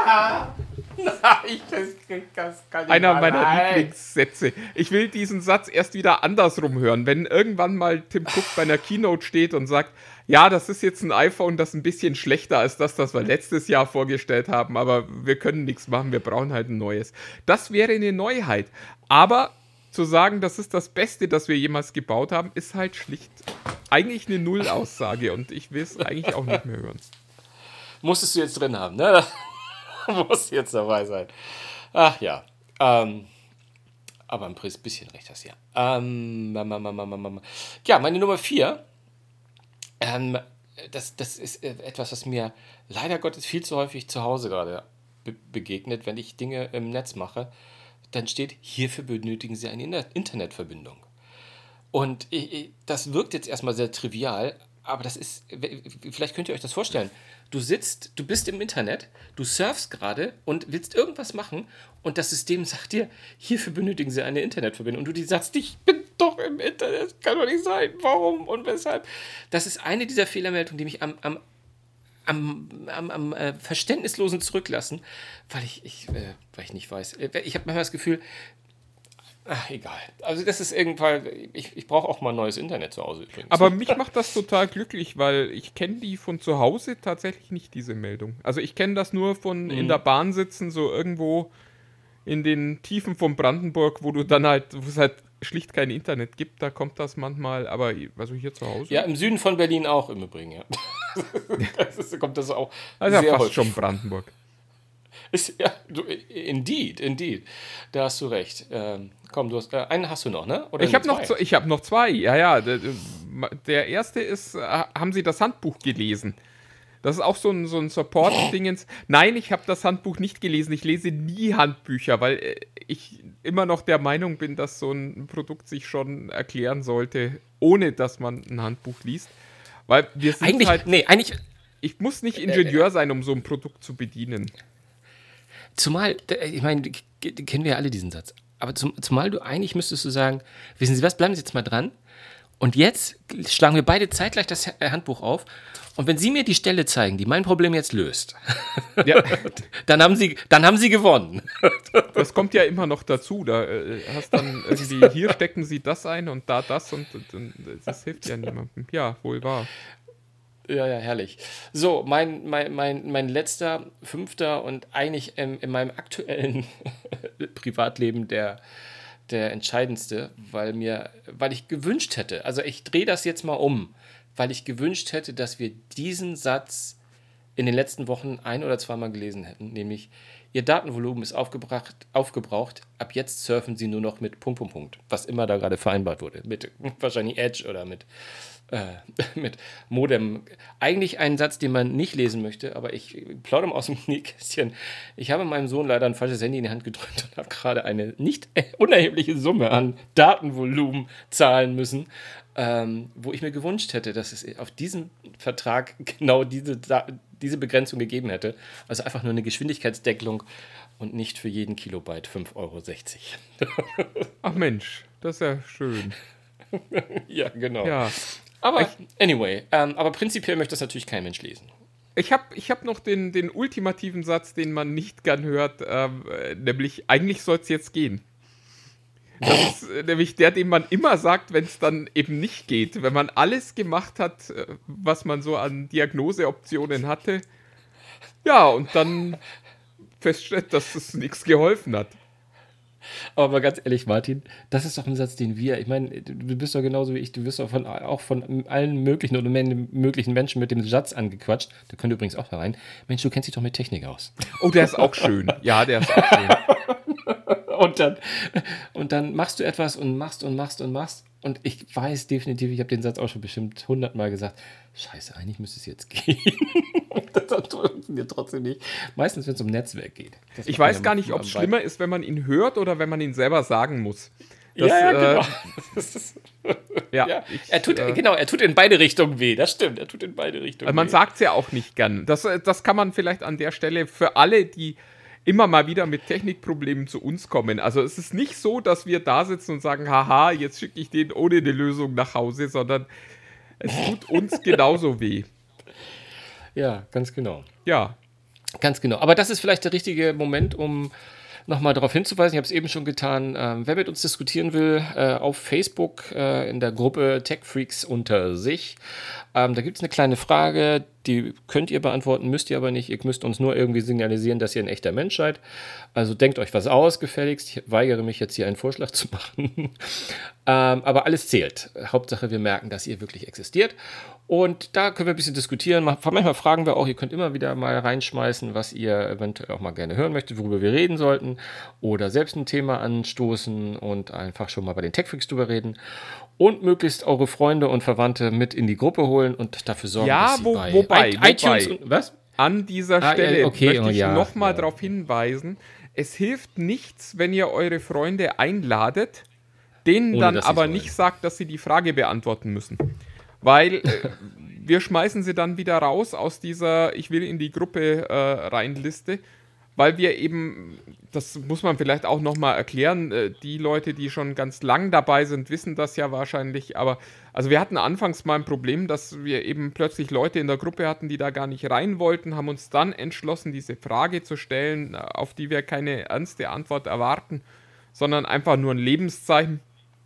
Ich, das, das kann ich Einer mal meiner rein. Lieblingssätze. Ich will diesen Satz erst wieder andersrum hören. Wenn irgendwann mal Tim Cook bei einer Keynote steht und sagt, ja, das ist jetzt ein iPhone, das ein bisschen schlechter als das, das wir letztes Jahr vorgestellt haben, aber wir können nichts machen, wir brauchen halt ein neues. Das wäre eine Neuheit. Aber zu sagen, das ist das Beste, das wir jemals gebaut haben, ist halt schlicht eigentlich eine Nullaussage und ich will es eigentlich auch nicht mehr hören. Musstest du jetzt drin haben, ne? Muss jetzt dabei sein. Ach ja. Ähm, aber ein bisschen recht hast du ja. Ähm, ma, ma, ma, ma, ma, ma. Ja, meine Nummer vier. Ähm, das, das ist äh, etwas, was mir leider Gottes viel zu häufig zu Hause gerade be begegnet, wenn ich Dinge im Netz mache. Dann steht, hierfür benötigen Sie eine Inter- Internetverbindung. Und ich, ich, das wirkt jetzt erstmal sehr trivial, aber das ist, vielleicht könnt ihr euch das vorstellen. Du sitzt, du bist im Internet, du surfst gerade und willst irgendwas machen und das System sagt dir, hierfür benötigen Sie eine Internetverbindung. Und du dir sagst, ich bin doch im Internet, das kann doch nicht sein. Warum und weshalb? Das ist eine dieser Fehlermeldungen, die mich am, am, am, am, am äh, Verständnislosen zurücklassen, weil ich, ich, äh, weil ich nicht weiß. Ich habe manchmal das Gefühl, ach, egal. Also das ist irgendwann, ich, ich brauche auch mal ein neues Internet zu Hause übrigens. Aber mich macht das total glücklich, weil ich kenne die von zu Hause tatsächlich nicht, diese Meldung. Also ich kenne das nur von in der Bahn sitzen, so irgendwo in den Tiefen von Brandenburg, wo du dann halt, wo es halt schlicht kein Internet gibt, da kommt das manchmal, aber also hier zu Hause. Ja, im Süden von Berlin auch im Übrigen, ja. das ist, kommt das auch also sehr ja, fast häufig schon vor. Brandenburg. Ist, ja, du, indeed, indeed. Da hast du recht. Ähm, komm, du hast, äh, einen hast du noch, ne? Oder Ich habe noch, zwei? zwei- ich hab noch zwei, ja, ja. Der, der erste ist, äh, haben Sie das Handbuch gelesen? Das ist auch so ein, so ein Support-Dingens. Nein, ich habe das Handbuch nicht gelesen. Ich lese nie Handbücher, weil äh, ich immer noch der Meinung bin, dass so ein Produkt sich schon erklären sollte, ohne dass man ein Handbuch liest. Weil wir sind Eigentlich, halt, nee, eigentlich, ich muss nicht Ingenieur sein, um so ein Produkt zu bedienen. zumal, d- ich meine, k- kennen wir ja alle diesen Satz. Aber zum, zumal du eigentlich müsstest du sagen, wissen Sie was, bleiben Sie jetzt mal dran. Und jetzt schlagen wir beide zeitgleich das Ha- Handbuch auf. Und wenn Sie mir die Stelle zeigen, die mein Problem jetzt löst, Ja, dann haben Sie, dann haben Sie gewonnen. das kommt ja immer noch dazu. Da äh, hast dann irgendwie, hier stecken Sie das ein und da das und, und, und das hilft ja niemandem. Ja, wohl wahr. Ja, ja, herrlich. So, mein, mein, mein, mein letzter, fünfter und eigentlich ähm, in meinem aktuellen Privatleben der, der entscheidendste, weil mir, weil ich gewünscht hätte, also ich drehe das jetzt mal um, weil ich gewünscht hätte, dass wir diesen Satz in den letzten Wochen ein- oder zweimal gelesen hätten, nämlich, Ihr Datenvolumen ist aufgebracht, aufgebraucht, ab jetzt surfen Sie nur noch mit Punkt, Punkt, Punkt, was immer da gerade vereinbart wurde, mit wahrscheinlich Edge oder mit Äh, mit Modem. Eigentlich ein Satz, den man nicht lesen möchte, aber ich plaudere mal aus dem Nähkästchen. Ich habe meinem Sohn leider ein falsches Handy in die Hand gedrückt und habe gerade eine nicht unerhebliche Summe an Datenvolumen zahlen müssen, ähm, wo ich mir gewünscht hätte, dass es auf diesem Vertrag genau diese, diese Begrenzung gegeben hätte. Also einfach nur eine Geschwindigkeitsdeckelung und nicht für jeden Kilobyte fünf Euro sechzig. Ach Mensch, das ist ja schön. Ja, genau. Ja. Aber anyway, ähm, aber prinzipiell möchte das natürlich kein Mensch lesen. Ich habe ich hab noch den, den ultimativen Satz, den man nicht gern hört, ähm, äh, nämlich, eigentlich soll es jetzt gehen. Das ist äh, nämlich der, den man immer sagt, wenn es dann eben nicht geht. Wenn man alles gemacht hat, äh, was man so an Diagnoseoptionen hatte, ja, und dann feststellt, dass es nichts geholfen hat. Aber mal ganz ehrlich, Martin, das ist doch ein Satz, den wir, ich meine, du bist doch genauso wie ich, du wirst doch von, auch von allen möglichen oder möglichen Menschen mit dem Satz angequatscht. Da könnt ihr übrigens auch da rein. Mensch, du kennst dich doch mit Technik aus. Oh, der ist auch schön. Ja, der ist auch schön. und, dann, und dann machst du etwas und machst und machst und machst. Und ich weiß definitiv, ich habe den Satz auch schon bestimmt hundertmal gesagt, scheiße, eigentlich müsste es jetzt gehen. Das tun wir trotzdem nicht. Meistens, wenn es um Netzwerk geht. Das ich weiß gar nicht, ob es schlimmer ist, wenn man ihn hört oder wenn man ihn selber sagen muss. Das, ja, ja, genau. Äh, ja, ja. Ich, er tut, äh, genau, er tut in beide Richtungen weh, das stimmt, er tut in beide Richtungen also man weh. Man sagt es ja auch nicht gern. Das, das kann man vielleicht an der Stelle für alle, die immer mal wieder mit Technikproblemen zu uns kommen. Also es ist nicht so, dass wir da sitzen und sagen, haha, jetzt schicke ich den ohne eine Lösung nach Hause, sondern es tut uns genauso weh. Ja, ganz genau. Ja. Ganz genau. Aber das ist vielleicht der richtige Moment, um nochmal darauf hinzuweisen, ich habe es eben schon getan, ähm, wer mit uns diskutieren will, äh, auf Facebook äh, in der Gruppe Tech Freaks unter sich. Ähm, da gibt es eine kleine Frage, die könnt ihr beantworten, müsst ihr aber nicht. Ihr müsst uns nur irgendwie signalisieren, dass ihr ein echter Mensch seid. Also denkt euch was aus, gefälligst. Ich weigere mich jetzt hier einen Vorschlag zu machen. ähm, aber alles zählt. Hauptsache, wir merken, dass ihr wirklich existiert. Und da können wir ein bisschen diskutieren. Manchmal fragen wir auch, ihr könnt immer wieder mal reinschmeißen, was ihr eventuell auch mal gerne hören möchtet, worüber wir reden sollten. Oder selbst ein Thema anstoßen und einfach schon mal bei den Tech-Freaks drüber reden. Und möglichst eure Freunde und Verwandte mit in die Gruppe holen und dafür sorgen, ja, dass sie wo, bei wobei, I- iTunes wobei, und was? An dieser Ah, Stelle ja, okay, möchte oh, ich ja, nochmal ja. darauf hinweisen, es hilft nichts, wenn ihr eure Freunde einladet, denen Ohne, dann dass sie aber sollen. nicht sagt, dass sie die Frage beantworten müssen. Weil äh, wir schmeißen sie dann wieder raus aus dieser Ich will in die Gruppe äh, rein Liste, weil wir eben, das muss man vielleicht auch nochmal erklären, äh, die Leute, die schon ganz lang dabei sind, wissen das ja wahrscheinlich, aber also wir hatten anfangs mal ein Problem, dass wir eben plötzlich Leute in der Gruppe hatten, die da gar nicht rein wollten, haben uns dann entschlossen, diese Frage zu stellen, auf die wir keine ernste Antwort erwarten, sondern einfach nur ein Lebenszeichen.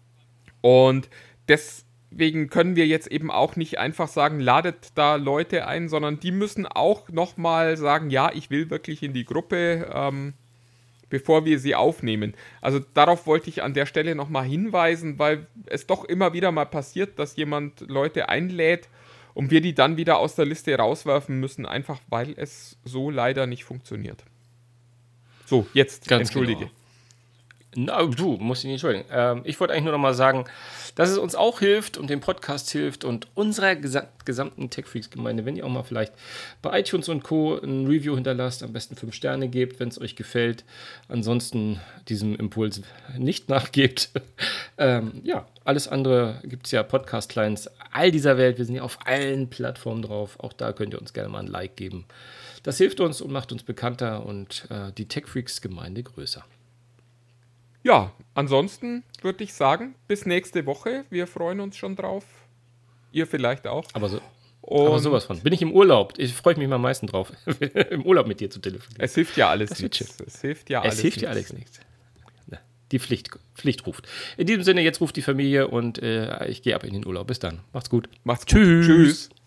Und deswegen können wir jetzt eben auch nicht einfach sagen, ladet da Leute ein, sondern die müssen auch nochmal sagen, ja, ich will wirklich in die Gruppe, ähm, bevor wir sie aufnehmen. Also darauf wollte ich an der Stelle nochmal hinweisen, weil es doch immer wieder mal passiert, dass jemand Leute einlädt und wir die dann wieder aus der Liste rauswerfen müssen, einfach weil es so leider nicht funktioniert. So, jetzt, Ganz entschuldige. Genau. Na, du musst dich nicht entschuldigen. Ähm, ich wollte eigentlich nur noch mal sagen, dass es uns auch hilft und dem Podcast hilft und unserer gesa- gesamten Tech-Freaks-Gemeinde, wenn ihr auch mal vielleicht bei iTunes und Co. ein Review hinterlasst, am besten fünf Sterne gebt, wenn es euch gefällt. Ansonsten diesem Impuls nicht nachgebt. ähm, ja, alles andere gibt es ja Podcast-Clients all dieser Welt. Wir sind ja auf allen Plattformen drauf. Auch da könnt ihr uns gerne mal ein Like geben. Das hilft uns und macht uns bekannter und äh, die Tech-Freaks-Gemeinde größer. Ja, ansonsten würde ich sagen, bis nächste Woche. Wir freuen uns schon drauf. Ihr vielleicht auch. Aber, so, Und aber sowas von. Bin ich im Urlaub? Ich freue mich mal am meisten drauf, im Urlaub mit dir zu telefonieren. Es hilft ja alles Das wird nichts. schön. Es hilft ja Es alles hilft ja nichts. alles nichts. Na, Die Pflicht, Pflicht ruft. In diesem Sinne, jetzt ruft die Familie und äh, ich gehe ab in den Urlaub. Bis dann. Macht's gut. Macht's gut. Tschüss. Tschüss.